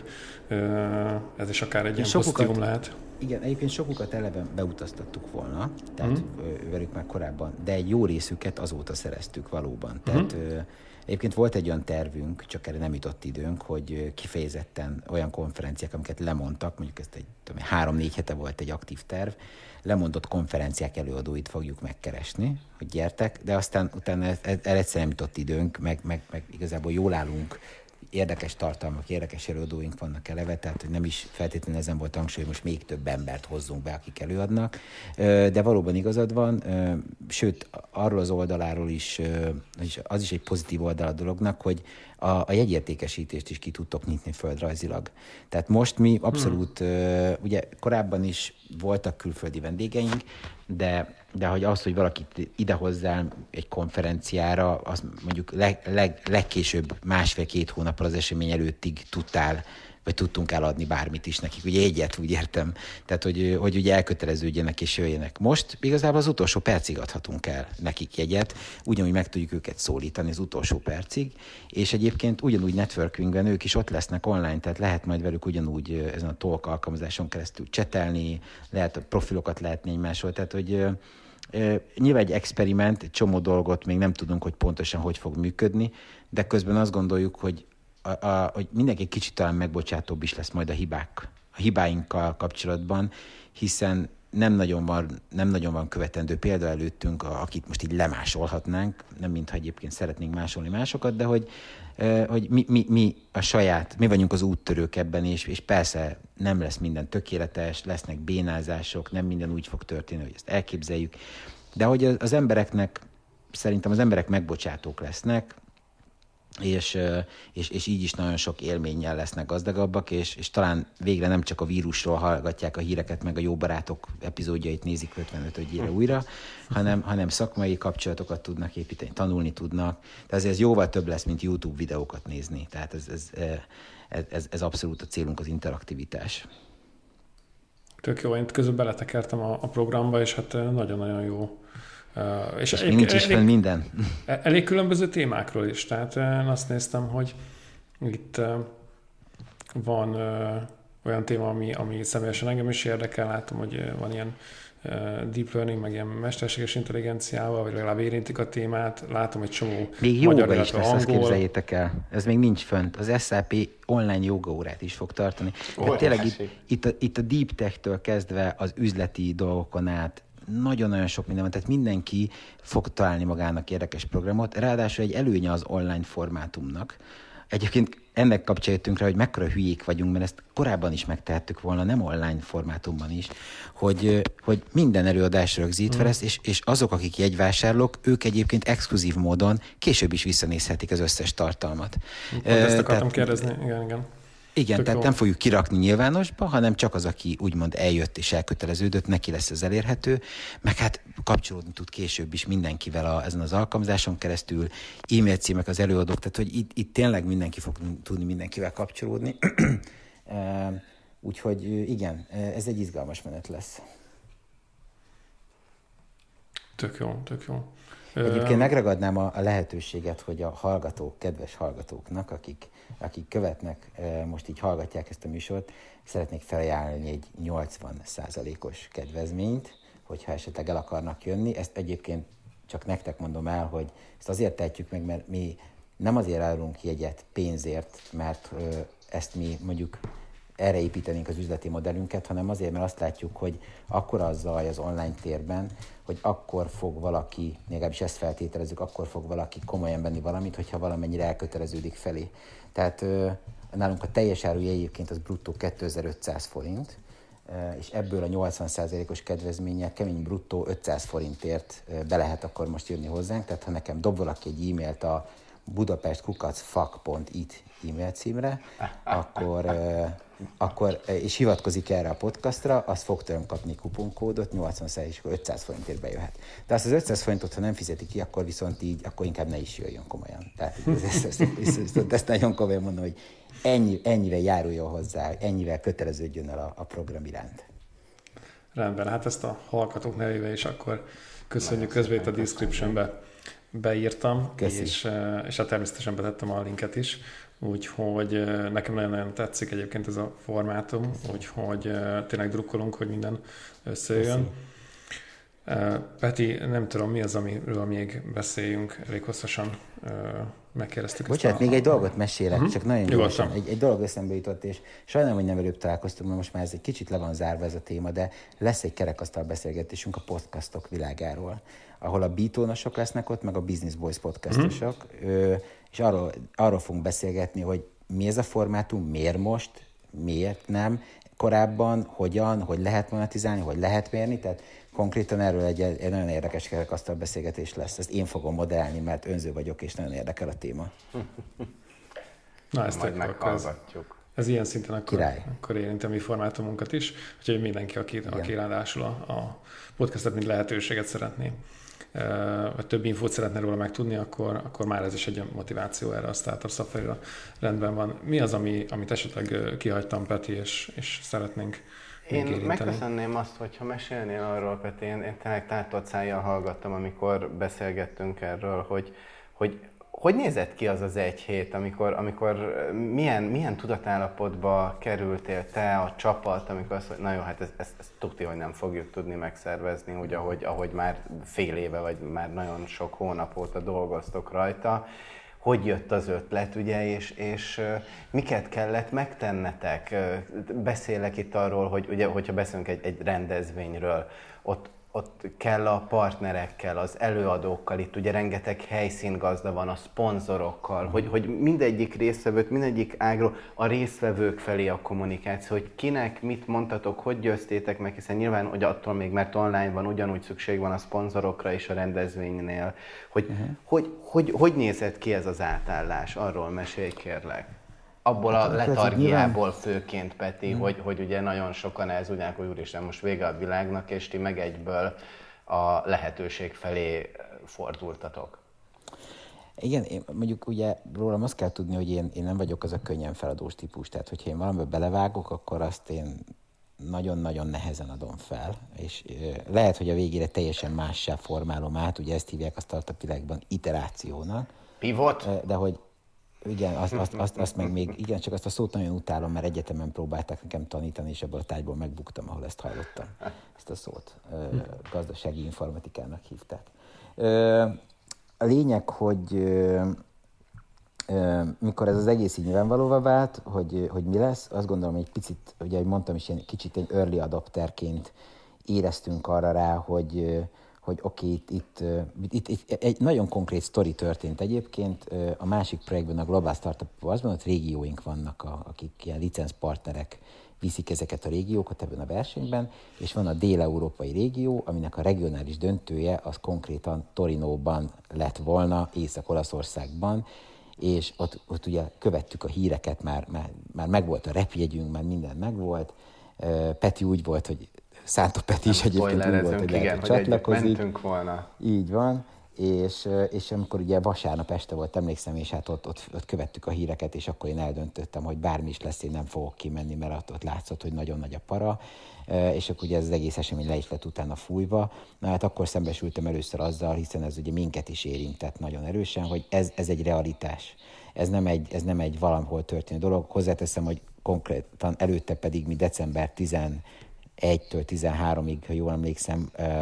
ez is akár egy ilyen pozitívum lehet. Igen, egyébként sokukat eleve beutaztattuk volna, tehát velük már korábban, de egy jó részüket azóta szereztük valóban. Tehát egyébként volt egy olyan tervünk, csak erre nem jutott időnk, hogy kifejezetten olyan konferenciák, amiket lemondtak, mondjuk ezt 3-4 hete volt egy aktív terv, lemondott konferenciák előadóit fogjuk megkeresni, hogy gyertek, de aztán utána erre egyszerűen nem jutott időnk, meg igazából jól állunk, érdekes tartalmak, érdekes előadóink vannak eleve, tehát hogy nem is feltétlenül ezen volt hangsúly, hogy most még több embert hozzunk be, akik előadnak, de valóban igazad van, sőt, arról az oldaláról is, az is egy pozitív oldal a dolognak, hogy a jegyértékesítést is ki tudtok nyitni földrajzilag. Tehát most mi abszolút, ugye korábban is voltak külföldi vendégeink, de hogy valakit idehozzál egy konferenciára, az mondjuk legkésőbb 1,5-2 hónappal az esemény előttig tudtunk eladni bármit is nekik, ugye egyet úgy értem, tehát hogy ugye elköteleződjenek és jöjjenek. Most igazából az utolsó percig adhatunk el nekik jegyet, ugyanúgy meg tudjuk őket szólítani az utolsó percig, és egyébként ugyanúgy networkingben ők is ott lesznek online, tehát lehet majd velük ugyanúgy ezen a Talk alkalmazáson keresztül csetelni, lehet a profilokat lehetni egymásról, tehát hogy nyilván egy experiment, egy csomó dolgot még nem tudunk, hogy pontosan hogy fog működni, de közben azt gondoljuk, hogy mindenki kicsit talán megbocsátóbb is lesz majd a hibáinkkal kapcsolatban, hiszen nem nagyon van követendő példa előttünk, akit most így lemásolhatnánk, nem mintha egyébként szeretnénk másolni másokat, de hogy mi vagyunk az úttörők ebben, és persze nem lesz minden tökéletes, lesznek bénázások, nem minden úgy fog történni, hogy ezt elképzeljük, de hogy az embereknek, szerintem az emberek megbocsátók lesznek, és így is nagyon sok élménnyel lesznek gazdagabbak, és talán végre nem csak a vírusról hallgatják a híreket, meg a Jó Barátok epizódjait nézik 55-ére újra, hanem szakmai kapcsolatokat tudnak építeni, tanulni tudnak. De azért ez jóval több lesz, mint YouTube videókat nézni. Tehát ez abszolút a célunk, az interaktivitás. Tök jó, én közben beletekertem a programba, és hát nagyon-nagyon jó. És még nincs is fenn minden. Elég különböző témákról is. Tehát én azt néztem, hogy itt van olyan téma, ami személyesen engem is érdekel. Látom, hogy van ilyen deep learning, meg ilyen mesterséges intelligenciával, vagy legalább érintik a témát. Látom egy csomó még magyar, is lesz, azt képzeljétek el. Ez még nincs fönt. Az SAP online jogaórát is fog tartani. Tényleg itt a deep tech-től kezdve az üzleti dolgokon át nagyon-nagyon sok minden van, tehát mindenki fog találni magának érdekes programot, ráadásul egy előnye az online formátumnak. Egyébként ennek kapcsán jöttünk rá, hogy mekkora hülyék vagyunk, mert ezt korábban is megtehettük volna, nem online formátumban is, hogy minden előadás rögzítve lesz, és azok, akik jegyvásárlók, ők egyébként exkluzív módon később is visszanézhetik az összes tartalmat. Ezt akartam kérdezni, igen. Igen, tehát nem fogjuk kirakni nyilvánosba, hanem csak az, aki úgymond eljött és elköteleződött, neki lesz ez elérhető, meg hát kapcsolódni tud később is mindenkivel ezen az alkalmazáson keresztül, e-mail címek az előadók, tehát hogy itt tényleg mindenki fog tudni mindenkivel kapcsolódni. Úgyhogy igen, ez egy izgalmas menet lesz. Tök jó. Egyébként megragadnám a lehetőséget, hogy a hallgatók, kedves hallgatóknak, akik követnek, most így hallgatják ezt a műsort, szeretnék felajánlani egy 80%-os kedvezményt, hogyha esetleg el akarnak jönni. Ezt egyébként csak nektek mondom el, hogy ezt azért tehetjük meg, mert mi nem azért árulunk jegyet pénzért, mert ezt mi mondjuk erre építenénk az üzleti modellünket, hanem azért, mert azt látjuk, hogy akkora a zaj az online térben, hogy akkor fog valaki, legalábbis ezt feltételezzük, akkor fog valaki komolyan venni valamit, hogyha valamennyire elköteleződik felé. Tehát nálunk a teljes áruja egyébként az bruttó 2500 forint, és ebből a 80%-os kedvezménnyel kemény bruttó 500 forintért be lehet akkor most jönni hozzánk. Tehát ha nekem dob valaki egy e-mailt a budapestkukacfak.it e-mail címre, akkor, és hivatkozik erre a podcastra, az fog tőlem kapni kuponkódot, 80 és 500 forintért bejöhet. De azt az 500 forintot, ha nem fizeti ki, akkor viszont így, akkor inkább ne is jöjjön komolyan. Tehát ezt nagyon komolyan mondom, hogy ennyire járuljon hozzá, ennyivel köteleződjön el a program iránt. Rendben, hát ezt a hallgatók nevével is akkor köszönjük, közben itt a descriptionbe beírtam, és természetesen betettem a linket is, úgyhogy nekem nagyon-nagyon tetszik egyébként ez a formátum, úgyhogy tényleg drukkolunk, hogy minden összejön. Peti, nem tudom, mi az, amiről még beszéljünk, elég hosszasan megkérdeztük. Bocsánat, még egy dolgot mesélek, csak nagyon gyorsan. Egy dolog eszembe jutott, és sajnálom, hogy nem előbb találkoztunk, mert most már ez egy kicsit le van zárva ez a téma, de lesz egy kerekasztal beszélgetésünk a podcastok világáról, ahol a Bitónosok lesznek ott, meg a Business Boys podcastosok, és arról fogunk beszélgetni, hogy mi ez a formátum, miért most, miért nem, korábban, hogyan, hogy lehet monetizálni, hogy lehet mérni, tehát konkrétan erről egy nagyon érdekes kerekasztal beszélgetés lesz. Ezt én fogom modellálni, mert önző vagyok, és nagyon érdekel a téma. Na, ezt majd meghallgatjuk. Ez ilyen szinten akkor érinti a mi formátumunkat is, úgyhogy mindenki, aki ráadásul a podcastet, mint lehetőséget szeretné, vagy több infót szeretne róla megtudni, akkor már ez is egy motiváció erre a Startup Safari-ra. Rendben van. Mi az, amit esetleg kihagytam, Peti, és szeretnénk Én megköszönném azt, hogyha mesélnél arról, Peti, én tényleg tátott szájjal hallgattam, amikor beszélgettünk erről, hogy nézett ki az az egy hét, amikor milyen tudatállapotba kerültél te, a csapat, amikor azt mondja, na jó, hát ezt tuti, hogy nem fogjuk tudni megszervezni, úgy, ahogy már fél éve, vagy már nagyon sok hónap óta dolgoztok rajta. Hogy jött az ötlet, ugye, és miket kellett megtennetek? Beszélek itt arról, hogy ugye, hogyha beszélünk egy rendezvényről, ott kell a partnerekkel, az előadókkal, itt ugye rengeteg helyszíngazda van, a szponzorokkal, hogy mindegyik résztvevőt, mindegyik ágról a résztvevők felé a kommunikáció, hogy kinek mit mondtatok, hogy győztétek meg, hiszen nyilván, hogy attól még, mert online van, ugyanúgy szükség van a szponzorokra is a rendezvénynél, hogy nézett ki ez az átállás, arról mesélj kérlek. Abból a letargiából főként, Peti, hogy ugye nagyon sokan elzudják, hogy úristen, most vége a világnak, és ti meg egyből a lehetőség felé fordultatok. Igen, mondjuk ugye rólam azt kell tudni, hogy én nem vagyok az a könnyen feladós típus, tehát hogyha én valamiben belevágok, akkor azt én nagyon-nagyon nehezen adom fel, és lehet, hogy a végére teljesen mássá formálom át, ugye ezt hívják a startup világban iterációnak. Pivot? De hogy igen, azt meg még, igen, csak azt a szót nagyon utálom, mert egyetemen próbálták nekem tanítani, és ebből a tárgyból megbuktam, ahol ezt hallottam. Ezt a szót gazdasági informatikának hívták. A lényeg, hogy mikor ez az egész így nyilvánvalóvá vált, hogy mi lesz, azt gondolom, egy picit, ugye, ahogy mondtam is, kicsit egy early adopterként éreztünk arra rá, hogy oké, itt egy nagyon konkrét sztori történt egyébként. A másik projektben, a Global Startup az ott régióink vannak, akik ilyen licencpartnerek viszik ezeket a régiókat ebben a versenyben, és van a dél-európai régió, aminek a regionális döntője az konkrétan Torinóban lett volna, Észak-Olaszországban, és ott ugye követtük a híreket, már megvolt a repjegyünk, már minden megvolt. Peti úgy volt, hogy Szántó Peti is egyébként úgy volt, hogy lehet, hogy csatlakozik. Mentünk volna. Így van, és amikor ugye vasárnap este volt, emlékszem, és hát ott követtük a híreket, és akkor én eldöntöttem, hogy bármi is lesz, én nem fogok kimenni, mert ott látszott, hogy nagyon nagy a para, és akkor ugye ez az egész esemény le is lett utána fújva. Na hát akkor szembesültem először azzal, hiszen ez ugye minket is érintett nagyon erősen, hogy ez egy realitás. Ez nem egy valahol történő dolog. Hozzáteszem, hogy konkrétan előtte pedig mi december 11-től 13-ig, ha jól emlékszem,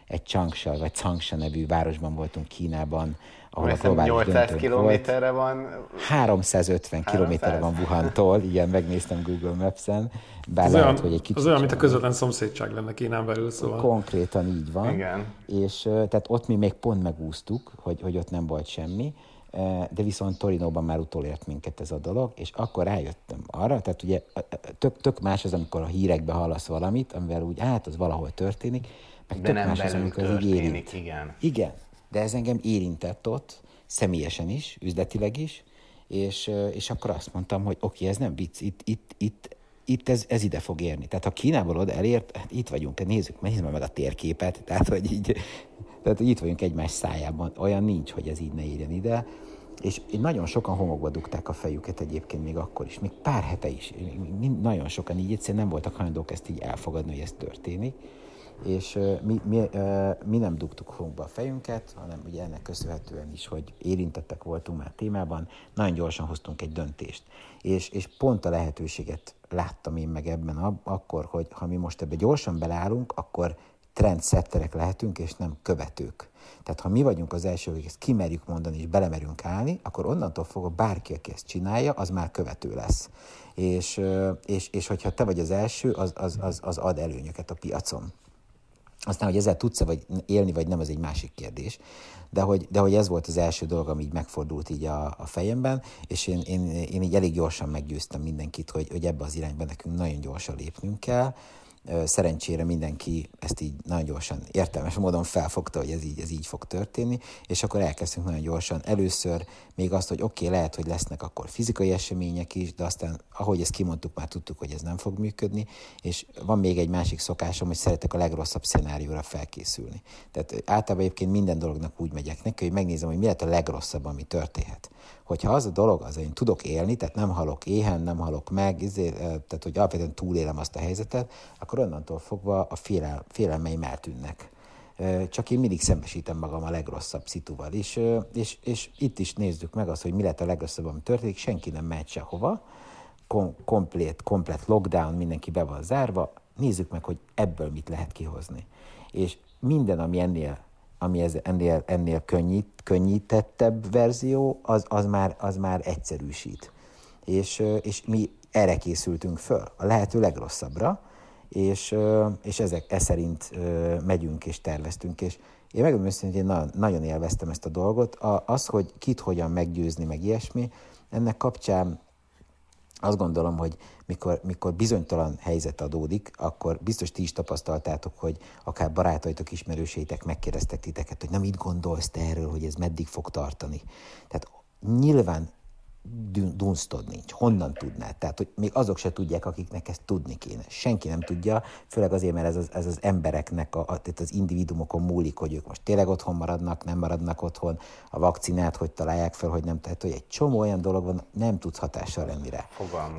egy Changsha vagy Changsha nevű városban voltunk Kínában, ahol a globális 800 kilométerre van. 350 kilométerre van Wuhantól, igen, megnéztem Google Maps-en. Bár lehet, hogy egy kicsit... Az olyan, mint a közvetlen szomszédság lenne Kínán belül, szóval. Konkrétan így van. Igen. És tehát ott mi még pont megúsztuk, hogy ott nem volt semmi, de viszont Torinóban már utolért minket ez a dolog, és akkor rájöttem arra, tehát ugye tök más az, amikor a hírekbe hallasz valamit, amivel úgy, az valahol történik, meg de tök más az, amikor ez így érint. Igen. Igen, de ez engem érintett ott, személyesen is, üzletileg is, és akkor azt mondtam, hogy oké, ez nem vicc, itt ez ide fog érni. Tehát ha Kínából oda elért, hát itt vagyunk, nézzük meg a térképet, tehát hogy itt vagyunk egymás szájában. Olyan nincs, hogy ez így ne érjen ide. És nagyon sokan homokba dugták a fejüket egyébként még akkor is, még pár hete is. Nagyon sokan így egyszerűen nem voltak hajlandók ezt így elfogadni, hogy ez történik. És mi nem dugtuk homokba a fejünket, hanem ugye ennek köszönhetően is, hogy érintettek voltunk már témában, nagyon gyorsan hoztunk egy döntést. És pont a lehetőséget láttam én meg ebben akkor, hogy ha mi most ebbe gyorsan beleállunk, akkor trendsetterek lehetünk, és nem követők. Tehát ha mi vagyunk az első, hogy ezt kimerjük mondani, és belemerünk állni, akkor onnantól fogva bárki, aki ezt csinálja, az már követő lesz. És hogyha te vagy az első, az ad előnyöket a piacon. Aztán, hogy ezzel tudsz-e vagy élni, vagy nem, az egy másik kérdés. De hogy ez volt az első dolog, ami így megfordult így a fejemben, és én így elég gyorsan meggyőztem mindenkit, hogy ebbe az irányba nekünk nagyon gyorsan lépnünk kell. Szerencsére mindenki ezt így nagyon gyorsan, értelmes módon felfogta, hogy ez így fog történni, és akkor elkezdtünk nagyon gyorsan. Először még azt, hogy oké, lehet, hogy lesznek akkor fizikai események is, de aztán, ahogy ezt kimondtuk, már tudtuk, hogy ez nem fog működni, és van még egy másik szokásom, hogy szeretek a legrosszabb szenárióra felkészülni. Tehát általában egyébként minden dolognak úgy megyek neki, hogy megnézem, hogy mi lehet a legrosszabb, ami történhet. Hogyha az a dolog, az én tudok élni, tehát nem halok éhen, nem halok meg, tehát hogy alapvetően túlélem azt a helyzetet, akkor onnantól fogva a félelmeim eltűnnek. Csak én mindig szembesítem magam a legrosszabb szituval is, és itt is nézzük meg azt, hogy mi lehet a legrosszabb, ami történik, senki nem megy sehova, komplet lockdown, mindenki be van zárva, nézzük meg, hogy ebből mit lehet kihozni. És minden, ami ennél könnyítettebb verzió, az már egyszerűsít. És mi erre készültünk föl, a lehető legrosszabbra, és ez szerint megyünk és terveztünk. És én megmondom őszintén, én nagyon élveztem ezt a dolgot. Az, hogy kit hogyan meggyőzni, meg ilyesmi, ennek kapcsán azt gondolom, hogy mikor bizonytalan helyzet adódik, akkor biztos ti is tapasztaltátok, hogy akár barátaitok, ismerőseitek megkérdeztek titeket, hogy na mit gondolsz te erről, hogy ez meddig fog tartani. Tehát nyilván dunsztod nincs. Honnan tudnád? Tehát, hogy még azok se tudják, akiknek ezt tudni kéne. Senki nem tudja, főleg azért, mert ez az embereknek, tehát az individuumokon múlik, hogy ők most tényleg otthon maradnak, nem maradnak otthon, a vakcinát hogy találják fel, hogy nem. Tehát, hogy egy csomó olyan dolog van, nem tudsz hatással lenni rá.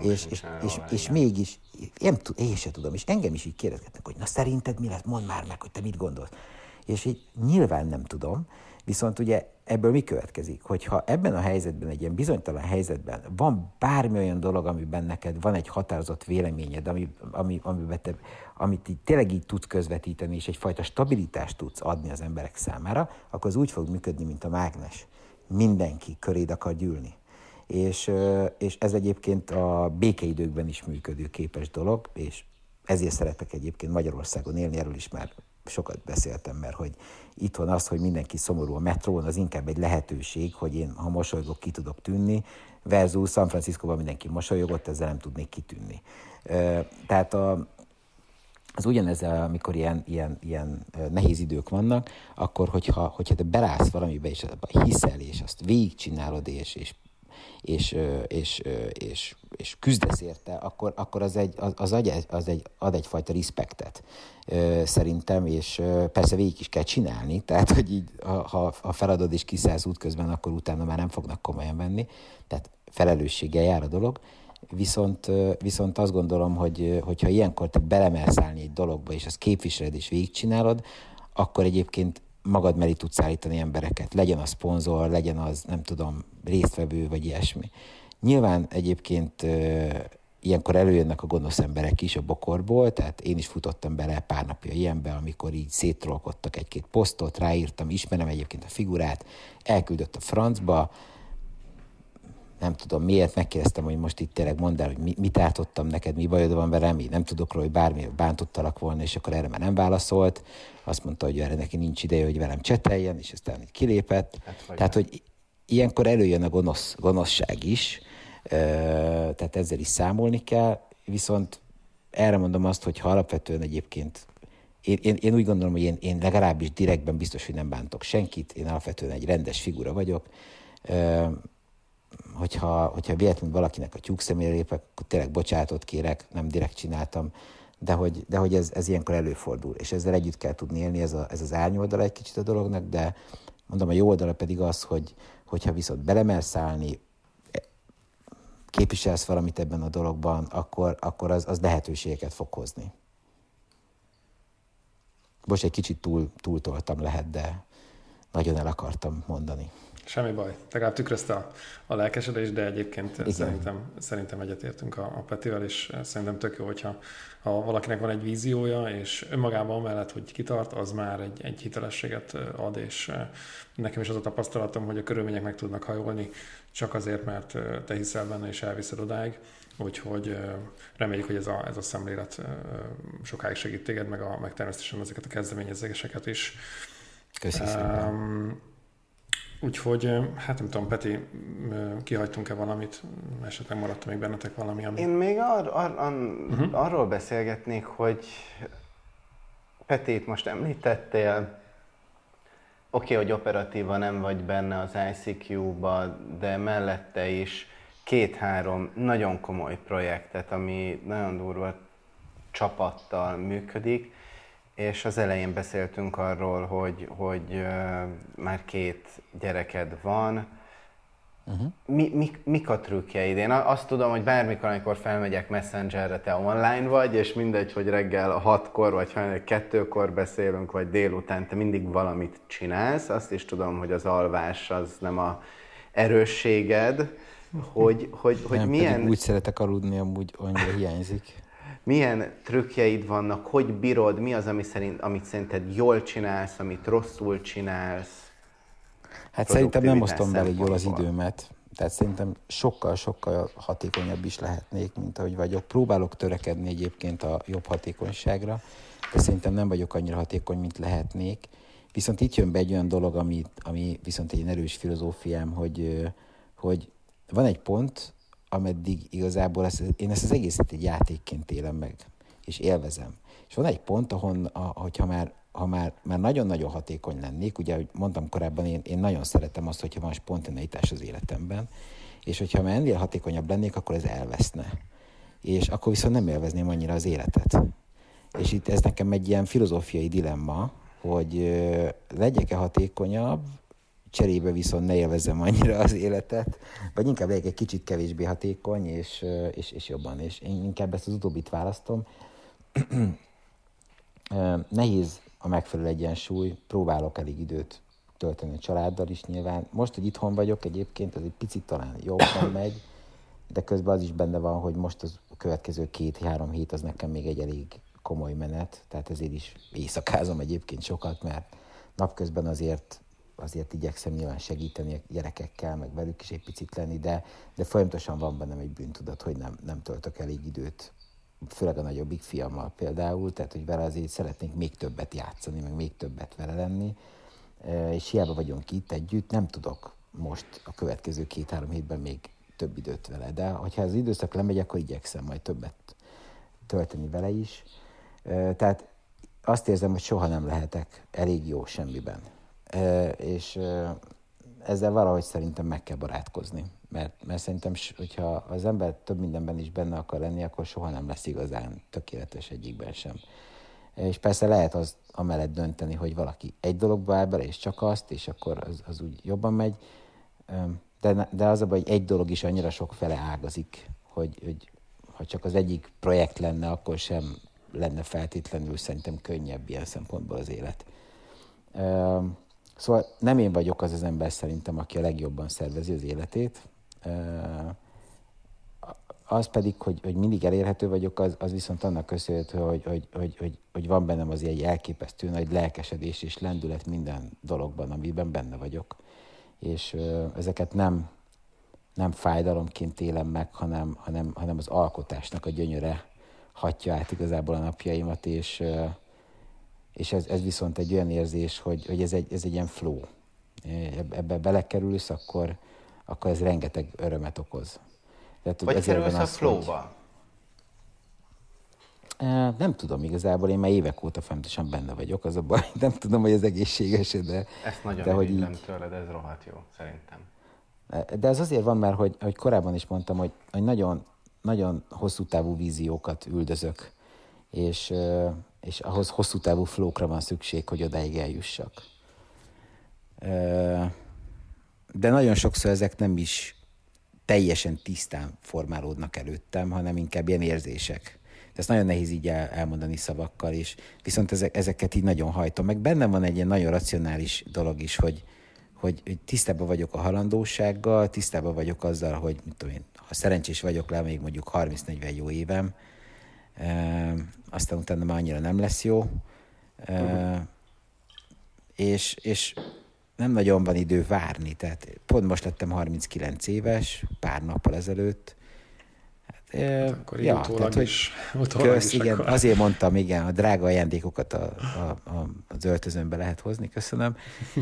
És mégis, én sem tudom, és engem is így kérdezgetnek, hogy na szerinted mi lesz? Mondd már meg, hogy te mit gondolsz. És így nyilván nem tudom, viszont ugye ebből mi következik? Hogyha ebben a helyzetben, egy ilyen bizonytalan helyzetben van bármi olyan dolog, amiben neked van egy határozott véleményed, amit így tényleg így tudsz közvetíteni, és egyfajta stabilitást tudsz adni az emberek számára, akkor az úgy fog működni, mint a mágnes. Mindenki köréd akar gyűlni. És ez egyébként a békeidőkben is működőképes dolog, és ezért szeretek egyébként Magyarországon élni, erről is már sokat beszéltem, mert hogy itthon az, hogy mindenki szomorú a metrón, az inkább egy lehetőség, hogy én, ha mosolygok, ki tudok tűnni, versus San Franciscóban mindenki mosolygott, ezzel nem tudnék kitűnni. Tehát az ugyanez, amikor ilyen nehéz idők vannak, akkor, hogyha te belállsz valamibe, és hiszel, és azt végigcsinálod, és küzdesz érte, akkor az ad egyfajta respektet szerintem, és persze végig is kell csinálni, tehát hogy így, ha feladod és kiszállsz útközben, akkor utána már nem fognak komolyan venni, tehát felelősséggel jár a dolog, viszont azt gondolom, hogyha ilyenkor te belemersz állni egy dologba, és azt képviseled és végigcsinálod, akkor egyébként magad mellé tudsz állítani embereket, legyen az szponzor, legyen az, nem tudom, résztvevő, vagy ilyesmi. Nyilván egyébként ilyenkor előjönnek a gonosz emberek is a bokorból, tehát én is futottam bele pár napja ilyenbe, amikor így széttrollkodtak egy-két posztot, ráírtam, ismerem egyébként a figurát, elküldött a francba, nem tudom miért, megkérdeztem, hogy most itt tényleg mondd el, hogy mit ártottam neked, mi bajod van velem, nem tudok róla, hogy bármi bántottalak volna, és akkor erre már nem válaszolt. Azt mondta, hogy erre neki nincs ideje, hogy velem cseteljen, és aztán így kilépett. Tehát, hogy ilyenkor előjön a gonoszság is, tehát ezzel is számolni kell, viszont erre mondom azt, hogy ha alapvetően egyébként én úgy gondolom, hogy én legalábbis direktben biztos, hogy nem bántok senkit, én alapvetően egy rendes figura vagyok, hogyha véletlenül valakinek a tyúk szemére lépek, akkor tényleg bocsánatot kérek, nem direkt csináltam, de hogy ez ilyenkor előfordul, és ezzel együtt kell tudni élni, ez az árnyoldala egy kicsit a dolognak, de mondom, a jó oldala pedig az, hogyha viszont belemersz állni, képviselsz valamit ebben a dologban, akkor az lehetőségeket fog hozni. Most egy kicsit túltoltam lehet, de nagyon el akartam mondani. Semmi baj. Legalább tükrözte a lelkesedést, de egyébként szerintem egyetértünk a Petivel, és szerintem tök jó, hogyha valakinek van egy víziója, és önmagában amellett, hogy kitart, az már egy hitelességet ad, és nekem is az a tapasztalatom, hogy a körülmények meg tudnak hajolni, csak azért, mert te hiszel benne, és elviszed odáig. Úgyhogy reméljük, hogy ez a szemlélet sokáig segít téged, meg természetesen ezeket a kezdeményezéseket is. Köszönöm. Úgyhogy, hát nem tudom, Peti, kihagytunk-e valamit? Esetleg maradt még bennetek valami, ami... Én még arról beszélgetnék, hogy Petit most említettél, oké, hogy operatíva nem vagy benne az ICQ-ba, de mellette is 2-3 nagyon komoly projektet, ami nagyon durva csapattal működik, és az elején beszéltünk arról, hogy már 2 gyereked van. Mik a trükkjeid? Én azt tudom, hogy bármikor, amikor felmegyek Messengerre, te online vagy, és mindegy, hogy reggel 6-kor, vagy 2-kor beszélünk, vagy délután, te mindig valamit csinálsz. Azt is tudom, hogy az alvás az nem a erősséged. Hogy nem, milyen... úgy szeretek aludni, amúgy annyira hiányzik. Milyen trükkjeid vannak, hogy bírod, mi az, amit szerinted jól csinálsz, amit rosszul csinálsz? Hát szerintem nem osztom bele jól az időmet. Tehát szerintem sokkal hatékonyabb is lehetnék, mint ahogy vagyok. Próbálok törekedni egyébként a jobb hatékonyságra, de szerintem nem vagyok annyira hatékony, mint lehetnék. Viszont itt jön be egy olyan dolog, ami viszont egy erős filozófiám, hogy van egy pont, ameddig igazából én ezt az egészet egy játékként élem meg, és élvezem. És van egy pont, ha már nagyon-nagyon hatékony lennék, ugye, ahogy mondtam korábban, én nagyon szeretem azt, hogyha van spontaneitás az életemben, és hogyha már ennél hatékonyabb lennék, akkor ez elveszne. És akkor viszont nem élvezném annyira az életet. És itt ez nekem egy ilyen filozófiai dilemma, hogy legyek-e hatékonyabb, cserébe viszont ne élvezzem annyira az életet, vagy inkább legyek egy kicsit kevésbé hatékony, és jobban. És én inkább ezt az utóbbit választom. Nehéz a megfelelő egyensúly, próbálok elég időt tölteni a családdal is nyilván. Most, hogy itthon vagyok egyébként, az egy picit talán jobban megy, de közben az is benne van, hogy most az a következő 2-3 hét az nekem még egy elég komoly menet, tehát ezért is éjszakázom egyébként sokat, mert napközben azért igyekszem nyilván segíteni a gyerekekkel, meg velük is egy picit lenni, de folyamatosan van bennem egy bűntudat, hogy nem töltök elég időt, főleg a nagyobbik fiammal például, tehát hogy vele azért szeretnénk még többet játszani, meg még többet vele lenni, és hiába vagyunk itt együtt, nem tudok most a következő 2-3 hétben még több időt vele, de hogyha az időszak lemegy, akkor igyekszem majd többet tölteni vele is. Tehát azt érzem, hogy soha nem lehetek elég jó semmiben. És ezzel valahogy szerintem meg kell barátkozni. Mert szerintem, hogyha az ember több mindenben is benne akar lenni, akkor soha nem lesz igazán tökéletes egyikben sem. És persze lehet az amellett dönteni, hogy valaki egy dologba áll bele, és csak azt, és akkor az úgy jobban megy. De az a baj, hogy egy dolog is annyira sok fele ágazik, hogy ha csak az egyik projekt lenne, akkor sem lenne feltétlenül szerintem könnyebb ilyen szempontból az élet. Szóval nem én vagyok az ember szerintem, aki a legjobban szervezi az életét. Az pedig, hogy mindig elérhető vagyok, az viszont annak köszönhető, hogy van bennem azért egy elképesztő nagy lelkesedés és lendület minden dologban, amiben benne vagyok. És ezeket nem fájdalomként élem meg, hanem az alkotásnak a gyönyöre hatja át igazából a napjaimat, és ez viszont egy olyan érzés, hogy ez egy ilyen flow. Ebbe belekerülsz, akkor ez rengeteg örömet okoz. Tehát, vagy kerülsz a flow-ba? Nem tudom igazából, én már évek óta folyamatosan benne vagyok, az a baj. Nem tudom, hogy ez egészséges, de... Ezt nagyon irigylem tőled, ez rohadt jó, szerintem. De ez azért van, mert hogy korábban is mondtam, hogy nagyon, nagyon hosszú távú víziókat üldözök, és ahhoz hosszú távú flókra van szükség, hogy odáig eljussak. De nagyon sokszor ezek nem is teljesen tisztán formálódnak előttem, hanem inkább ilyen érzések. Ezt nagyon nehéz így elmondani szavakkal is, viszont ezeket így nagyon hajtom. Meg bennem van egy ilyen nagyon racionális dolog is, hogy tisztában vagyok a halandósággal, tisztában vagyok azzal, hogy mit tudom én, ha szerencsés vagyok le, még mondjuk 30-40 jó évem, aztán utána már annyira nem lesz jó, és nem nagyon van idő várni, tehát pont most lettem 39 éves, pár nappal ezelőtt. Hát akkor így utólag is. Igen, akkor. Azért mondtam, igen, a drága ajándékokat az öltözőmbe lehet hozni, köszönöm.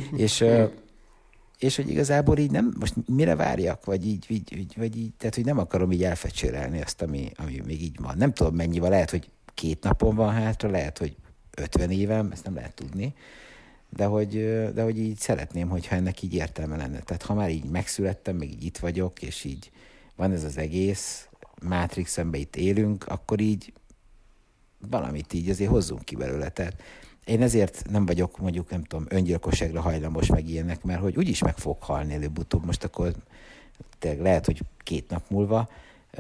És hogy igazából így nem, most mire várjak, vagy így, tehát hogy nem akarom így elfecsérelni azt, ami még így van. Nem tudom mennyi van, lehet, hogy 2 napon van hátra, lehet, hogy 50 évem, ezt nem lehet tudni, de hogy így szeretném, hogyha ennek így értelme lenne. Tehát ha már így megszülettem, meg így itt vagyok, és így van ez az egész, Matrixemben itt élünk, akkor így valamit így azért hozzunk ki belőle. Tehát én ezért nem vagyok mondjuk, nem tudom, öngyilkosságra hajlamos meg ilyenek, mert hogy úgyis meg fog halni előbb-utóbb. Most akkor tényleg lehet, hogy 2 nap múlva.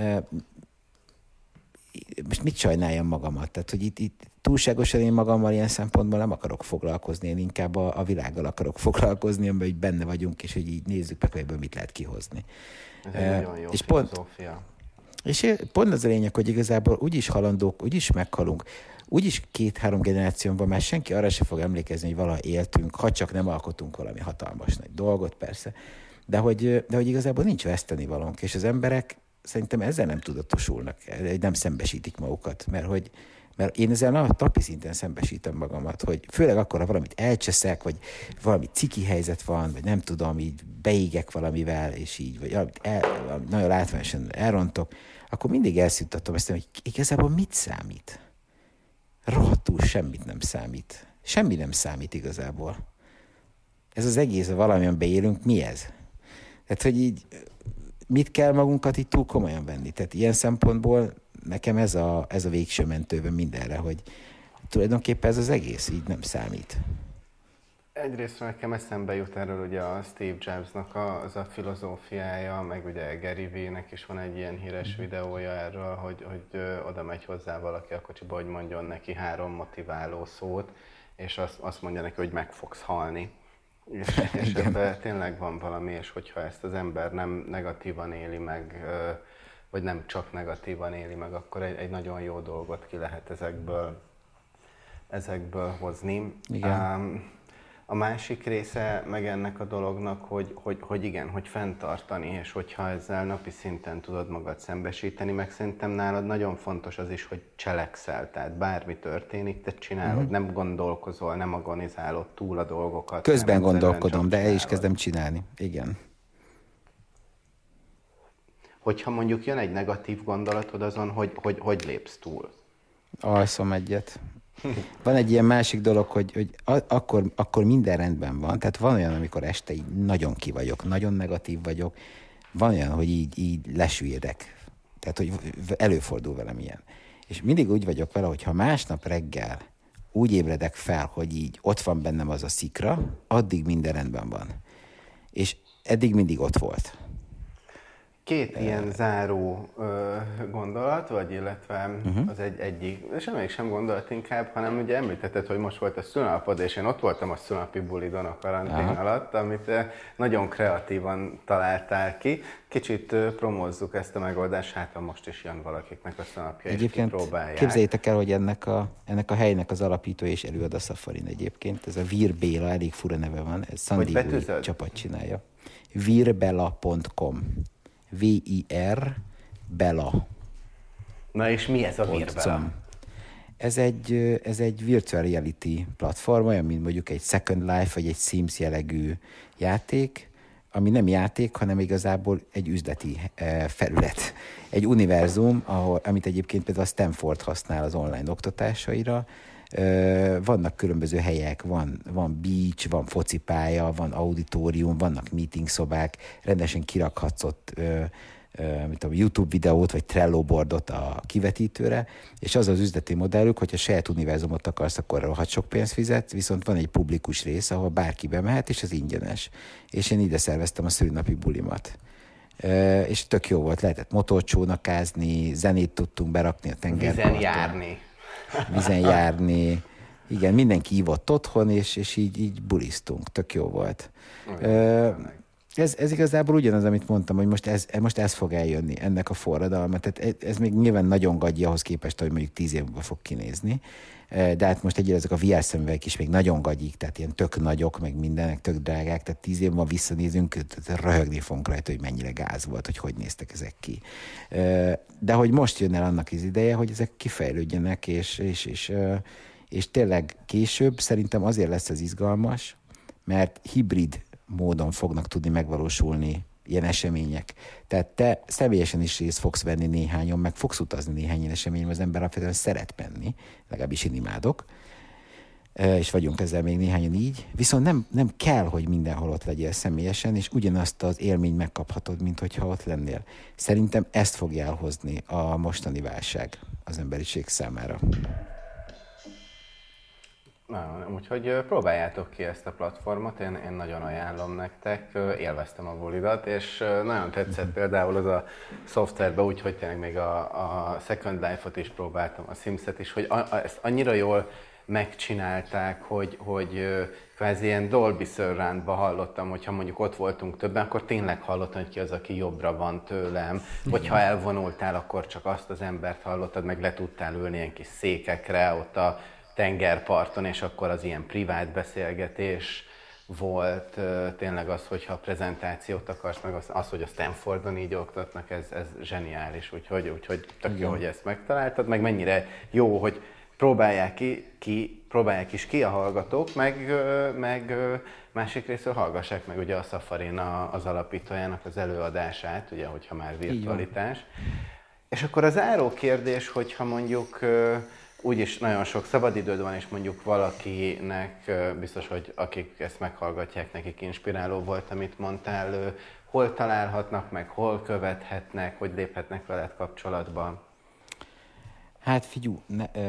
Most mit sajnáljam magamat? Tehát, hogy itt túlságosan én magammal ilyen szempontból nem akarok foglalkozni, én inkább a világgal akarok foglalkozni, amiben így benne vagyunk, és hogy így nézzük meg, hogy ebből mit lehet kihozni. Ez egy nagyon jó filozófia. És pont az a lényeg, hogy igazából úgyis halandók, úgyis meghalunk, úgyis 2-3 generációban már senki arra se fog emlékezni, hogy valaha éltünk, ha csak nem alkotunk valami hatalmas nagy dolgot, persze. De hogy igazából nincs vesztenivalónk, és az emberek szerintem ezzel nem tudatosulnak, nem szembesítik magukat, mert én ezzel napi szinten szembesítem magamat, hogy főleg akkor, ha valamit elcseszek, vagy valami ciki helyzet van, vagy nem tudom, így beégek valamivel, és így, vagy nagyon látványosan elrontok, akkor mindig elszüttatom ezt, hogy igazából mit számít? Rohadtul semmit nem számít. Semmi nem számít igazából. Ez az egész, valamilyen beélünk, mi ez? Tehát, hogy így mit kell magunkat így túl komolyan venni? Tehát ilyen szempontból nekem ez a végső mentőben mindenre, hogy tulajdonképpen ez az egész így nem számít. Egyrészt nekem eszembe jut erről ugye a Steve Jobsnak az a filozófiája, meg ugye Gary Vee-nek is van egy ilyen híres videója erről, hogy oda megy hozzá valaki a kocsiba, hogy mondjon neki 3 motiváló szót, és azt mondja neki, hogy meg fogsz halni. És ebben tényleg van valami, és hogyha ezt az ember nem negatívan éli meg, vagy nem csak negatívan éli meg, akkor egy nagyon jó dolgot ki lehet ezekből hozni. Igen. A másik része meg ennek a dolognak, hogy igen, hogy fenntartani, és hogyha ezzel napi szinten tudod magad szembesíteni, meg szerintem nálad nagyon fontos az is, hogy cselekszel, tehát bármi történik, te csinálod, nem gondolkozol, nem agonizálod túl a dolgokat. Közben gondolkodom, de el is kezdem csinálni, igen. Hogyha mondjuk jön egy negatív gondolatod azon, hogy lépsz túl? Alszom egyet. Van egy ilyen másik dolog, hogy akkor minden rendben van. Tehát van olyan, amikor este így nagyon ki vagyok, nagyon negatív vagyok. Van olyan, hogy így lesüllyedek. Tehát, hogy előfordul velem ilyen. És mindig úgy vagyok vele, hogy ha másnap reggel úgy ébredek fel, hogy így ott van bennem az a szikra, addig minden rendben van. És eddig mindig ott volt. Két ilyen záró gondolat, vagy illetve az egyik, és sem gondolat inkább, hanem ugye említetted, hogy most volt a szülnapod, és én ott voltam a szülnapi bulidon a karantén alatt, amit nagyon kreatívan találtál ki. Kicsit promózzuk ezt a megoldást, hát ha most is jön valakiknek a szülnapja, és kipróbálják. Képzeljétek el, hogy ennek a helynek az alapítója és előad a Safarin egyébként. Ez a Vir Béla, elég fura neve van, ez szandívói csapat csinálja. virbela.com V-I-R Bela. Na és mi ez a Virbela? Ez egy virtual reality platform, olyan, mint mondjuk egy Second Life, vagy egy Sims jellegű játék, ami nem játék, hanem igazából egy üzleti felület. Egy univerzum, amit egyébként például a Stanford használ az online oktatásaira. Vannak különböző helyek, van beach, van focipálya, van auditorium, vannak meeting szobák, rendesen kirakhatsz ott mint a YouTube videót, vagy Trello boardot a kivetítőre, és az az üzleti modellük, hogyha saját univerzumot akarsz, akkor rohadt sok pénzt fizet, viszont van egy publikus rész, ahol bárki bemehet, és az ingyenes. És én ide szerveztem a szülinapi bulimat. És tök jó volt, lehetett motorcsónakázni, zenét tudtunk berakni a tengerparton. Vizen járni. Igen, mindenki ívott otthon, és így buliztunk. Tök jó volt. Ez igazából ugyanaz, amit mondtam, hogy most ez fog eljönni, ennek a forradalma. Tehát ez még nyilván nagyon gagyi ahhoz képest, hogy mondjuk 10 év múlva fog kinézni. De hát most egyre ezek a VR szemüvegek is még nagyon gagyik, tehát ilyen tök nagyok, meg mindenek tök drágák, tehát 10 év múlva visszanézünk, röhögni fogunk rajta, hogy mennyire gáz volt, hogy néztek ezek ki. De hogy most jön el annak az ideje, hogy ezek kifejlődjenek, és tényleg később szerintem azért lesz ez izgalmas, mert hibrid módon fognak tudni megvalósulni ilyen események. Tehát te személyesen is részt fogsz venni néhányon, meg fogsz utazni néhány ilyen eseményen, az ember alapvetően szeret menni, legalábbis én imádok, és vagyunk ezzel még néhányan így, viszont nem kell, hogy mindenhol ott legyél személyesen, és ugyanazt az élményt megkaphatod, mint hogyha ott lennél. Szerintem ezt fogja elhozni a mostani válság az emberiség számára. Na, úgyhogy próbáljátok ki ezt a platformot, én nagyon ajánlom nektek, élveztem a bulidat, és nagyon tetszett például az a szoftverbe, úgyhogy tényleg még a Second Life-ot is próbáltam, a Sims-et is, hogy ezt annyira jól megcsinálták, hogy kvázi ilyen Dolby Surround-ba hallottam, hogyha mondjuk ott voltunk többen, akkor tényleg hallottam, hogy ki az, aki jobbra van tőlem. Hogyha elvonultál, akkor csak azt az embert hallottad, meg le tudtál ülni ilyen kis székekre ott a tengerparton, és akkor az ilyen privát beszélgetés volt. Tényleg az, hogyha prezentációt akarsz, meg az hogy a Stanfordon így oktatnak, ez zseniális. Úgyhogy tök jó, hogy ezt megtaláltad, meg mennyire jó, hogy próbálják is ki a hallgatók, meg másik részről hallgassák meg ugye a Safarin az alapítójának az előadását, ugye, hogyha már virtualitás. És akkor az záró kérdés, hogyha mondjuk úgyis nagyon sok szabadidőd van, és mondjuk valakinek, biztos, hogy akik ezt meghallgatják, nekik inspiráló volt, amit mondtál, hol találhatnak meg, hol követhetnek, hogy léphetnek veled kapcsolatba? Hát figyú,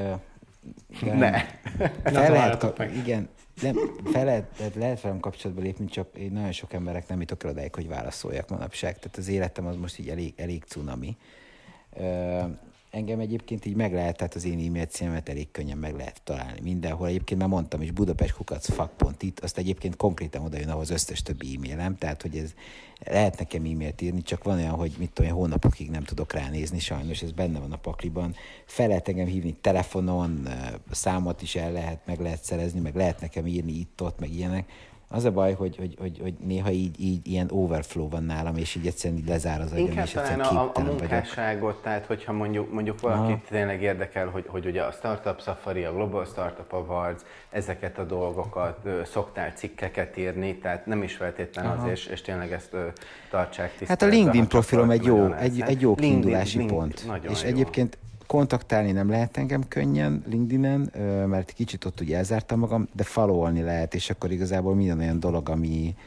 lehet velem kapcsolatba lépni, csak én nagyon sok emberek nem jutok el odáig, hogy válaszoljak manapság. Tehát az életem az most így elég cunami. Engem egyébként így meg lehet, tehát az én e-mail címemet elég könnyen meg lehet találni mindenhol. Egyébként már mondtam is, budapest@fak.it, azt egyébként konkrétan oda jön ahhoz összes többi e-mailem, tehát hogy ez lehet nekem e-mailt írni, csak van olyan, hogy mit tudom, hónapokig nem tudok ránézni, sajnos ez benne van a pakliban. Fel lehet engem hívni telefonon, számot is meg lehet szerezni, meg lehet nekem írni itt-ott, meg ilyenek. Az a baj, hogy néha így ilyen overflow van nálam, és így egyszerűen így lezár az agyam, és egyszerűen képtelen a munkásságot, tehát hogyha mondjuk valakit tényleg érdekel, hogy ugye a Startup Safari, a Global Startup Awards, ezeket a dolgokat, szoktál cikkeket írni, tehát nem is feltétlen az, és tényleg ezt tartsák tiszteletben. Hát a LinkedIn profilom egy jó kiindulási pont. És egyébként kontaktálni nem lehet engem könnyen LinkedIn-en, mert kicsit ott ugye elzártam magam, de followolni lehet, és akkor igazából minden olyan dolog,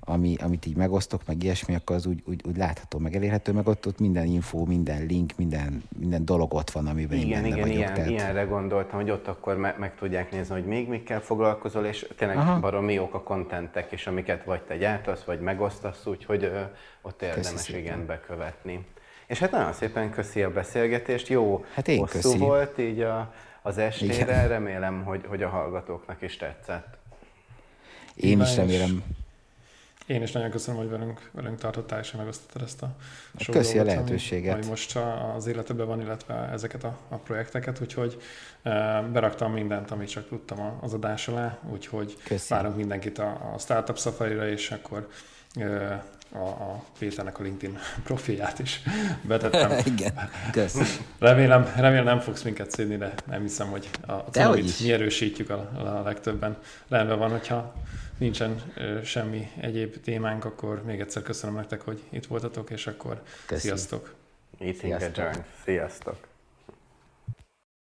amit így megosztok, meg ilyesmi, akkor az úgy látható, meg elérhető, meg ott minden info, minden link, minden dolog ott van, amiben igen, én benne vagyok. Tehát... ilyenre gondoltam, hogy ott akkor meg tudják nézni, hogy még mikkel foglalkozol, és tényleg baromi jók a kontentek is, amiket vagy te gyártasz, vagy megosztasz, úgyhogy ott érdemes igen bekövetni. És hát nagyon szépen köszi a beszélgetést, jó, hosszú volt így az estére, igen. Remélem, hogy a hallgatóknak is tetszett. Én is remélem. Én is nagyon köszönöm, hogy velünk tartottál, és megosztottad ezt a sok köszi dolgot, a lehetőséget. ami most az életedben van, illetve ezeket a projekteket, úgyhogy beraktam mindent, amit csak tudtam az adás alá, úgyhogy várunk mindenkit a Startup Safari-ra, és akkor a Péternek a LinkedIn profilját is betettem. Igen, köszönöm. Remélem nem fogsz minket szídni, de nem hiszem, hogy a amit mi erősítjük a legtöbben. Rendben van, hogyha nincsen semmi egyéb témánk, akkor még egyszer köszönöm nektek, hogy itt voltatok, és akkor sziasztok! Sziasztok!